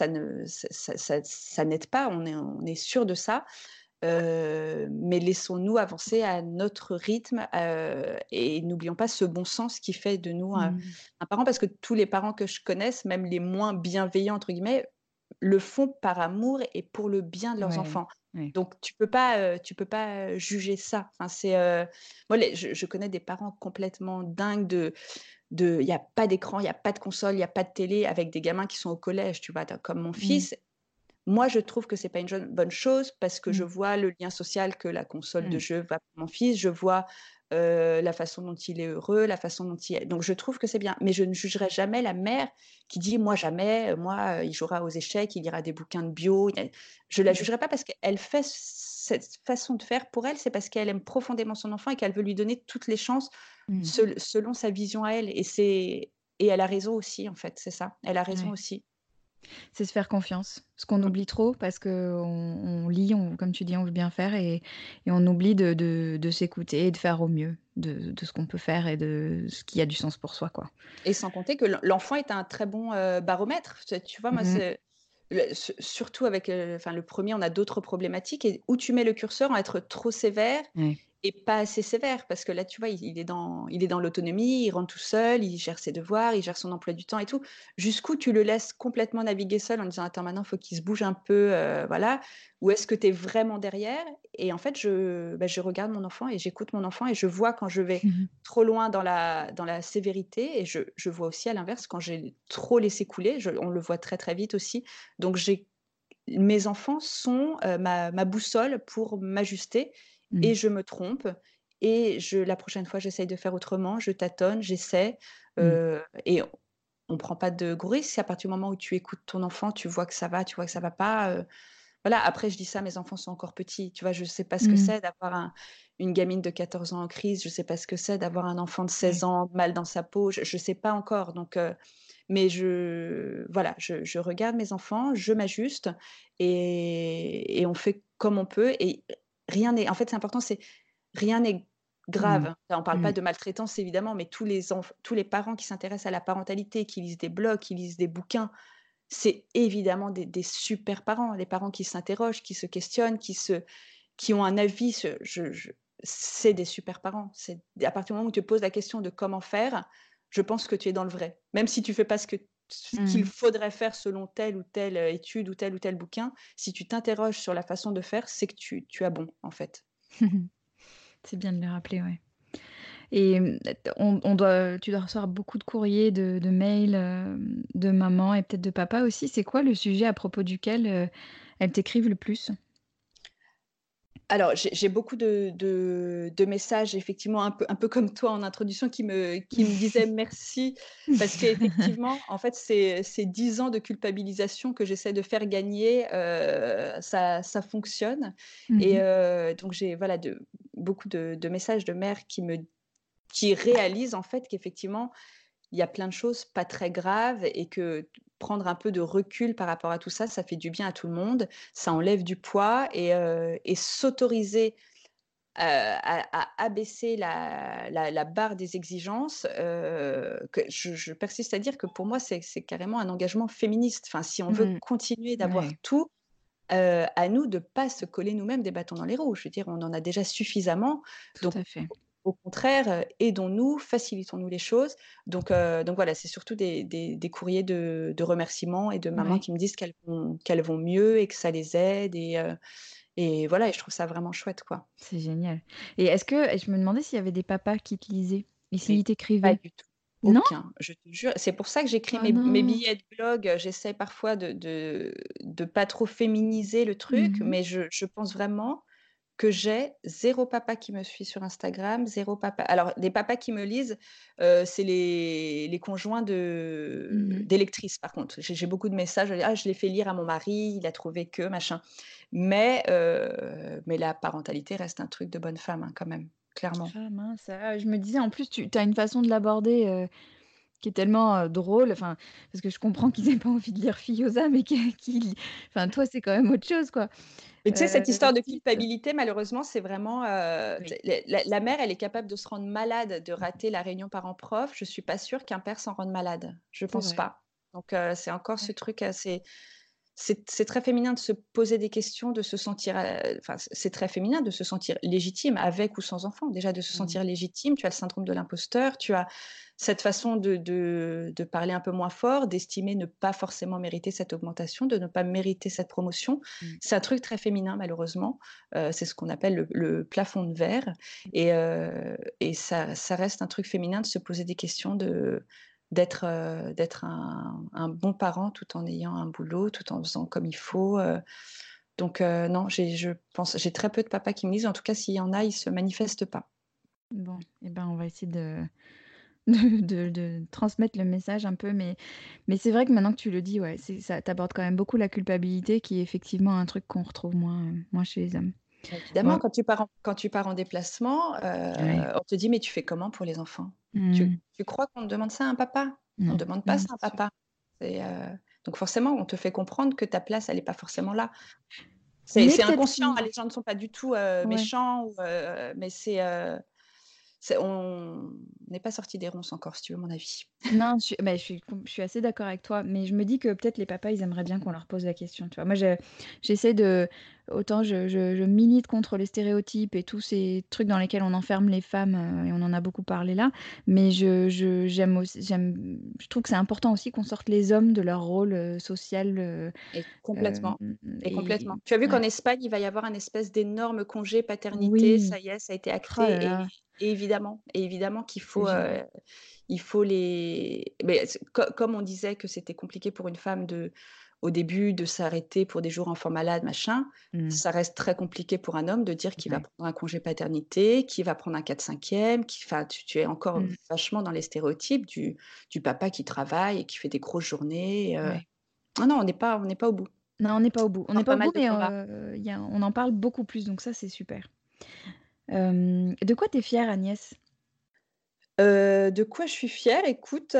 Speaker 2: ça n'aide pas, on est sûr de ça. Mais laissons-nous avancer à notre rythme, et n'oublions pas ce bon sens qui fait de nous
Speaker 1: Mmh.
Speaker 2: un parent, parce que tous les parents que je connaisse, même les moins «bienveillants» entre guillemets, le font par amour et pour le bien de leurs
Speaker 1: Ouais,
Speaker 2: enfants.
Speaker 1: ouais.
Speaker 2: Donc tu peux pas, juger ça. Enfin c'est, moi je connais des parents complètement dingues il y a pas d'écran, il y a pas de console, il y a pas de télé avec des gamins qui sont au collège, tu vois? Comme mon
Speaker 1: Mmh.
Speaker 2: fils. Moi, je trouve que c'est pas une bonne chose parce que je
Speaker 1: Mmh.
Speaker 2: vois le lien social que la console de
Speaker 1: Mmh.
Speaker 2: jeu va pour mon fils, je vois, la façon dont il est heureux, la façon dont il est donc je trouve que c'est bien. Mais je ne jugerai jamais la mère qui dit: «Moi jamais, moi, il jouera aux échecs, il lira des bouquins de bio». Je la
Speaker 1: Mmh.
Speaker 2: jugerai pas parce qu'elle fait cette façon de faire pour elle, c'est parce qu'elle aime profondément son enfant et qu'elle veut lui donner toutes les chances
Speaker 1: Mmh.
Speaker 2: selon sa vision à elle et elle a raison aussi, en fait, c'est ça. Elle a raison
Speaker 1: Ouais.
Speaker 2: aussi.
Speaker 1: C'est se faire confiance. Ce qu'on
Speaker 2: Mmh.
Speaker 1: oublie trop parce qu'on lit, comme tu dis, on veut bien faire et on oublie de s'écouter et de faire au mieux de ce qu'on peut faire et de ce qui a du sens pour soi, quoi.
Speaker 2: Et sans compter que l'enfant est un très bon, baromètre. Tu vois, moi,
Speaker 1: Mmh.
Speaker 2: surtout avec, enfin, le premier, on a d'autres problématiques et où tu mets le curseur, en être trop sévère
Speaker 1: Ouais.
Speaker 2: et pas assez sévère. Parce que là, tu vois, il est dans l'autonomie, il rentre tout seul, il gère ses devoirs, il gère son emploi du temps et tout. Jusqu'où tu le laisses complètement naviguer seul en disant: «Attends, maintenant, il faut qu'il se bouge un peu», voilà. Ou est-ce que tu es vraiment derrière? Et en fait, je regarde mon enfant et j'écoute mon enfant et je vois quand je vais
Speaker 1: Mmh.
Speaker 2: trop loin dans la sévérité et je vois aussi à l'inverse quand j'ai trop laissé couler, on le voit très, très vite aussi. Donc mes enfants sont, ma boussole pour m'ajuster
Speaker 1: Mmh.
Speaker 2: et je me trompe et la prochaine fois, j'essaye de faire autrement, je tâtonne, j'essaie,
Speaker 1: Mmh.
Speaker 2: et on prend pas de gros risques. À partir du moment où tu écoutes ton enfant, tu vois que ça va, tu vois que ça va pas, voilà. Après je dis ça, mes enfants sont encore petits, tu vois? Je sais pas ce que
Speaker 1: Mmh.
Speaker 2: c'est d'avoir une gamine de 14 ans en crise, je sais pas ce que c'est d'avoir un enfant de
Speaker 1: Ouais.
Speaker 2: 16 ans mal dans sa peau, je sais pas encore donc mais voilà, je regarde mes enfants, je m'ajuste et on fait comme on peut et rien n'est en fait, c'est important, c'est rien n'est
Speaker 1: Mmh.
Speaker 2: grave. Là, on parle pas
Speaker 1: Mmh.
Speaker 2: de maltraitance évidemment, mais tous les parents qui s'intéressent à la parentalité, qui lisent des blogs, qui lisent des bouquins, c'est évidemment des super parents, des parents qui s'interrogent, qui se questionnent, qui ont un avis, c'est des super parents. C'est à partir du moment où tu te poses la question de comment faire, je pense que tu es dans le vrai. Même si tu fais pas ce qu'il
Speaker 1: Mmh.
Speaker 2: faudrait faire selon telle ou telle, étude ou tel bouquin, si tu t'interroges sur la façon de faire, c'est que tu as bon, en fait.
Speaker 1: C'est bien de le rappeler, ouais. Et tu dois recevoir beaucoup de courriers, de mails, de maman et peut-être de papa aussi. C'est quoi le sujet à propos duquel, elles t'écrivent le plus?
Speaker 2: Alors, j'ai beaucoup de messages effectivement un peu comme toi en introduction qui me disaient merci parce qu'effectivement, en fait, c'est 10 ans de culpabilisation que j'essaie de faire gagner, ça fonctionne et
Speaker 1: Mmh.
Speaker 2: donc j'ai voilà beaucoup de messages de mères qui réalisent en fait qu'effectivement il y a plein de choses pas très graves et que prendre un peu de recul par rapport à tout ça, ça fait du bien à tout le monde. Ça enlève du poids et s'autoriser, à abaisser la barre des exigences, que je persiste à dire que pour moi, c'est carrément un engagement féministe. Enfin, si on veut
Speaker 1: Mmh.
Speaker 2: continuer d'avoir
Speaker 1: Ouais,
Speaker 2: tout, à nous de pas se coller nous-mêmes des bâtons dans les roues. Je veux dire, on en a déjà suffisamment,
Speaker 1: tout
Speaker 2: donc
Speaker 1: à fait.
Speaker 2: au contraire, aidons-nous, facilitons-nous les choses. Donc voilà, c'est surtout des courriers de remerciements et de mamans
Speaker 1: Ouais,
Speaker 2: qui me disent qu'elles vont mieux et que ça les aide et voilà et je trouve ça vraiment chouette, quoi.
Speaker 1: c'est génial. Et est-ce que je me demandais s'il y avait des papas qui te lisaient et
Speaker 2: Mais
Speaker 1: s'ils
Speaker 2: pas
Speaker 1: t'écrivaient?
Speaker 2: du tout,
Speaker 1: Non?
Speaker 2: aucun, je te jure. C'est pour ça que j'écris
Speaker 1: Oh
Speaker 2: mes
Speaker 1: non!
Speaker 2: billets de blog, j'essaie parfois de pas trop féminiser le truc,
Speaker 1: Mmh.
Speaker 2: mais je pense vraiment que j'ai zéro papa qui me suit sur Instagram, zéro papa alors les papas qui me lisent, c'est les conjoints
Speaker 1: Mmh.
Speaker 2: d'électrices par contre. J'ai beaucoup de messages: «Ah je l'ai fait lire à mon mari, il a trouvé que machin». Mais la parentalité reste un truc de bonne femme, hein, quand même, clairement.
Speaker 1: Ah mince, je me disais en plus tu as une façon de l'aborder, qui est tellement, drôle, enfin, parce que je comprends qu'ils aient pas envie de lire Filliosa, mais qu'ils enfin toi c'est quand même autre chose quoi.
Speaker 2: Mais tu sais, cette histoire de
Speaker 1: Tilt.
Speaker 2: culpabilité, malheureusement, c'est vraiment,
Speaker 1: Oui,
Speaker 2: t la mère, elle est capable de se rendre malade, de rater la réunion parents-prof. Je suis pas sûre qu'un père s'en rende malade. Je
Speaker 1: c'est
Speaker 2: pense
Speaker 1: vrai.
Speaker 2: pas. Donc c'est encore ce
Speaker 1: Ouais.
Speaker 2: truc assez c'est très féminin de se poser des questions, de se sentir, enfin, c'est très féminin de se sentir légitime avec ou sans enfant. Déjà de se
Speaker 1: Mmh.
Speaker 2: sentir légitime, tu as le syndrome de l'imposteur, tu as cette façon de parler un peu moins fort, d'estimer ne pas forcément mériter cette augmentation, de ne pas mériter cette promotion.
Speaker 1: Mmh.
Speaker 2: C'est un truc très féminin malheureusement, c'est ce qu'on appelle le plafond de verre et ça reste un truc féminin de se poser des questions d'être un bon parent tout en ayant un boulot, tout en faisant comme il faut, donc non, j'ai très peu de papas qui me disent, en tout cas s'il y en a, ils se manifestent pas.
Speaker 1: Bon et ben, on va essayer de de transmettre le message un peu, mais c'est vrai que maintenant que tu le dis, ouais, c'est ça tu quand même beaucoup la culpabilité qui est effectivement un truc qu'on retrouve moins chez les hommes.
Speaker 2: Évidemment,
Speaker 1: Bon,
Speaker 2: quand tu pars en déplacement,
Speaker 1: ouais.
Speaker 2: on te dit: «Mais tu fais comment pour les enfants?» Tu
Speaker 1: Mmh.
Speaker 2: tu crois qu'on te demande ça à un papa? On ne
Speaker 1: Non,
Speaker 2: demande pas
Speaker 1: non,
Speaker 2: ça à un
Speaker 1: c'est sûr.
Speaker 2: papa. C'est, donc forcément, on te fait comprendre que ta place, elle est pas forcément là. C'est
Speaker 1: Mais
Speaker 2: c'est
Speaker 1: peut-être
Speaker 2: inconscient,
Speaker 1: si
Speaker 2: hein, les gens ne sont pas du tout,
Speaker 1: ouais.
Speaker 2: méchants mais on n'est pas sorti des ronces encore, si tu veux mon avis.
Speaker 1: Non, je suis assez d'accord avec toi, mais je me dis que peut-être les papas, ils aimeraient bien qu'on leur pose la question, tu vois? Moi, j'essaie de autant je milite contre les stéréotypes et tous ces trucs dans lesquels on enferme les femmes, et on en a beaucoup parlé là, mais je trouve que c'est important aussi qu'on sorte les hommes de leur rôle, social,
Speaker 2: Et
Speaker 1: hem
Speaker 2: complètement et complètement.
Speaker 1: et
Speaker 2: Tu as vu qu'en
Speaker 1: ouais.
Speaker 2: Espagne, il va y avoir un espèce d'énorme congé paternité, ça
Speaker 1: Oui.
Speaker 2: y est, ça a été
Speaker 1: Oh là
Speaker 2: acté
Speaker 1: là,
Speaker 2: et évidemment qu'il
Speaker 1: c'est
Speaker 2: faut,
Speaker 1: génial.
Speaker 2: il faut les mais c'est comme on disait que c'était compliqué pour une femme au début de s'arrêter pour des jours enfants malades, machin,
Speaker 1: Mmh.
Speaker 2: ça reste très compliqué pour un homme de dire qu'il va
Speaker 1: Ouais.
Speaker 2: prendre un congé paternité, qu'il va prendre un 4/5, qui enfin, tu es encore
Speaker 1: Mmh.
Speaker 2: vachement dans les stéréotypes du papa qui travaille et qui fait des grosses journées,
Speaker 1: Ouais.
Speaker 2: ah non, on n'est pas au bout.
Speaker 1: Non, on n'est pas au bout. On n'est
Speaker 2: Encore
Speaker 1: pas
Speaker 2: pas
Speaker 1: au bout,
Speaker 2: mal de
Speaker 1: mais
Speaker 2: combats.
Speaker 1: on en parle beaucoup plus, donc ça, c'est super. De quoi tu es fière, Agnès?
Speaker 2: De quoi je suis fière? Écoute,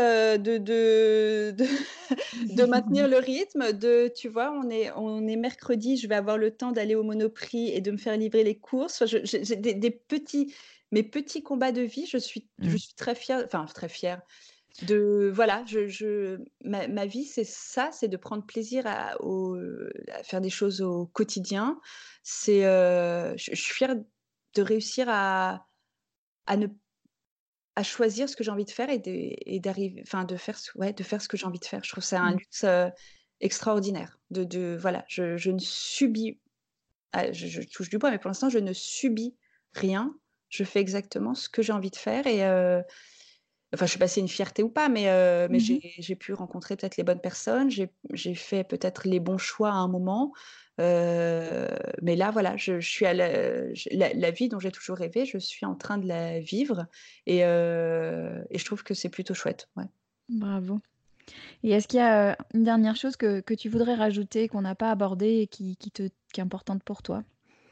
Speaker 2: de maintenir le rythme, tu vois, on est mercredi, je vais avoir le temps d'aller au Monoprix et de me faire livrer les courses. Enfin, j'ai des petits mes petits combats de vie, je suis je
Speaker 1: Mmh.
Speaker 2: suis très fière, enfin très fière de voilà, ma vie, c'est ça, c'est de prendre plaisir à faire des choses au quotidien. Je suis fière de réussir à ne à choisir ce que j'ai envie de faire et d'arriver enfin de faire ce que j'ai envie de faire. Je trouve ça un
Speaker 1: Mmh.
Speaker 2: luxe, extraordinaire de voilà, je ne subis je touche du bois, mais pour l'instant, je ne subis rien. je fais exactement ce que j'ai envie de faire et enfin, je sais pas si c'est une fierté ou pas, mais
Speaker 1: Mmh.
Speaker 2: j'ai pu rencontrer peut-être les bonnes personnes, j'ai fait peut-être les bons choix à un moment, mais là, voilà, je suis à la vie dont j'ai toujours rêvé, je suis en train de la vivre et je trouve que c'est plutôt chouette, ouais.
Speaker 1: Bravo. Et est-ce qu'il y a, une dernière chose que tu voudrais rajouter, qu'on n'a pas abordée et qui est importante pour toi?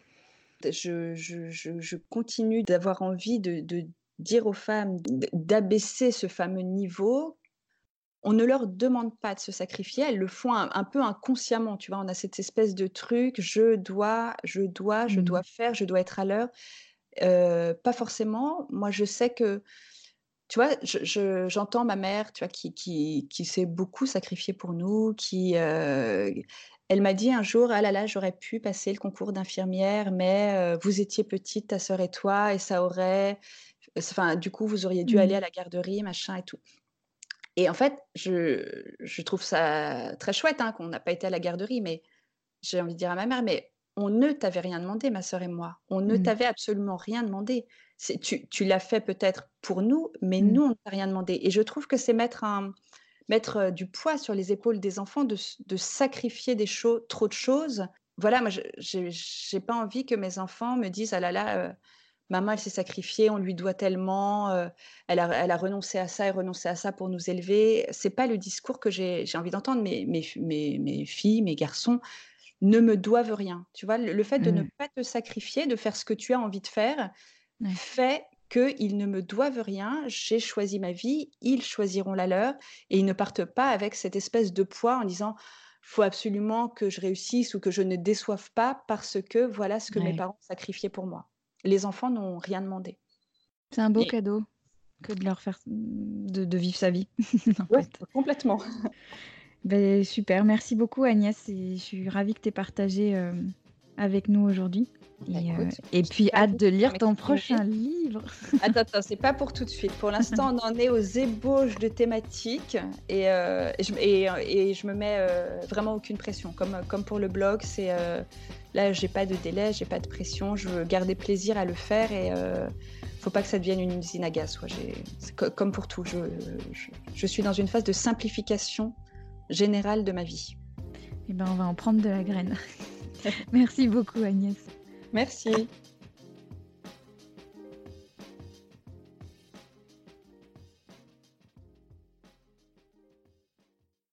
Speaker 2: Je continue d'avoir envie de dire aux femmes d'abaisser ce fameux niveau. On ne leur demande pas de se sacrifier, elles le font un peu inconsciemment, tu vois? On a cette espèce de truc: je
Speaker 1: Mmh.
Speaker 2: dois faire, je dois être à l'heure». Pas forcément. Moi, je sais que tu vois, j'entends ma mère, tu vois, qui s'est beaucoup sacrifiée pour nous, elle m'a dit un jour: «Ah là là, j'aurais pu passer le concours d'infirmière, mais vous étiez petite, ta sœur et toi, et ça aurait enfin, du coup, vous auriez dû aller
Speaker 1: Mmh.
Speaker 2: à la garderie, machin et tout». Et en fait, je trouve ça très chouette, hein, qu'on n'a pas été à la garderie, mais j'ai envie de dire à ma mère: «Mais on ne t'avait rien demandé, ma sœur et moi. On ne
Speaker 1: Mmh.
Speaker 2: t'avait absolument rien demandé. C'est tu l'as fait peut-être pour nous, mais
Speaker 1: Mmh.
Speaker 2: nous, on ne t'a rien demandé». Et je trouve que c'est mettre du poids sur les épaules des enfants de sacrifier trop de choses. Voilà, moi, je j'ai pas envie que mes enfants me disent: «Ah là là, maman, elle s'est sacrifiée, on lui doit tellement, elle a renoncé à ça et renoncé à ça pour nous élever». C'est pas le discours que j'ai envie d'entendre. Mes filles, mes garçons ne me doivent rien. Tu vois? Le fait de ne
Speaker 1: Mmh.
Speaker 2: pas te sacrifier, de faire ce que tu as envie de faire,
Speaker 1: Ouais.
Speaker 2: fait qu'ils ne me doivent rien. J'ai choisi ma vie, ils choisiront la leur et ils ne partent pas avec cette espèce de poids en disant: «Faut absolument que je réussisse ou que je ne déçoive pas parce que voilà ce que mes
Speaker 1: Ouais.
Speaker 2: parents ont sacrifié pour moi». Les enfants n'ont rien demandé.
Speaker 1: C'est un beau
Speaker 2: Et
Speaker 1: cadeau que de leur faire de vivre sa vie, en
Speaker 2: ouais,
Speaker 1: fait.
Speaker 2: complètement.
Speaker 1: Beh, super, merci beaucoup Agnès et je suis ravie que tu aies partagé, avec nous aujourd'hui
Speaker 2: Bah, écoute,
Speaker 1: et
Speaker 2: je suis
Speaker 1: puis hâte
Speaker 2: ravie de
Speaker 1: de
Speaker 2: pouvoir
Speaker 1: lire ton
Speaker 2: m'exprimer.
Speaker 1: prochain livre.
Speaker 2: Attends, c'est pas pour tout de suite. Pour l'instant, on en est aux ébauches de thématiques et je me mets, vraiment aucune pression. Comme pour le blog, là, j'ai pas de délai, j'ai pas de pression, je veux garder plaisir à le faire et faut pas que ça devienne une usine à gaz, quoi. C'est comme pour tout, je suis dans une phase de simplification générale de ma vie.
Speaker 1: Eh ben, on va en prendre de la graine. Merci beaucoup Agnès.
Speaker 2: Merci.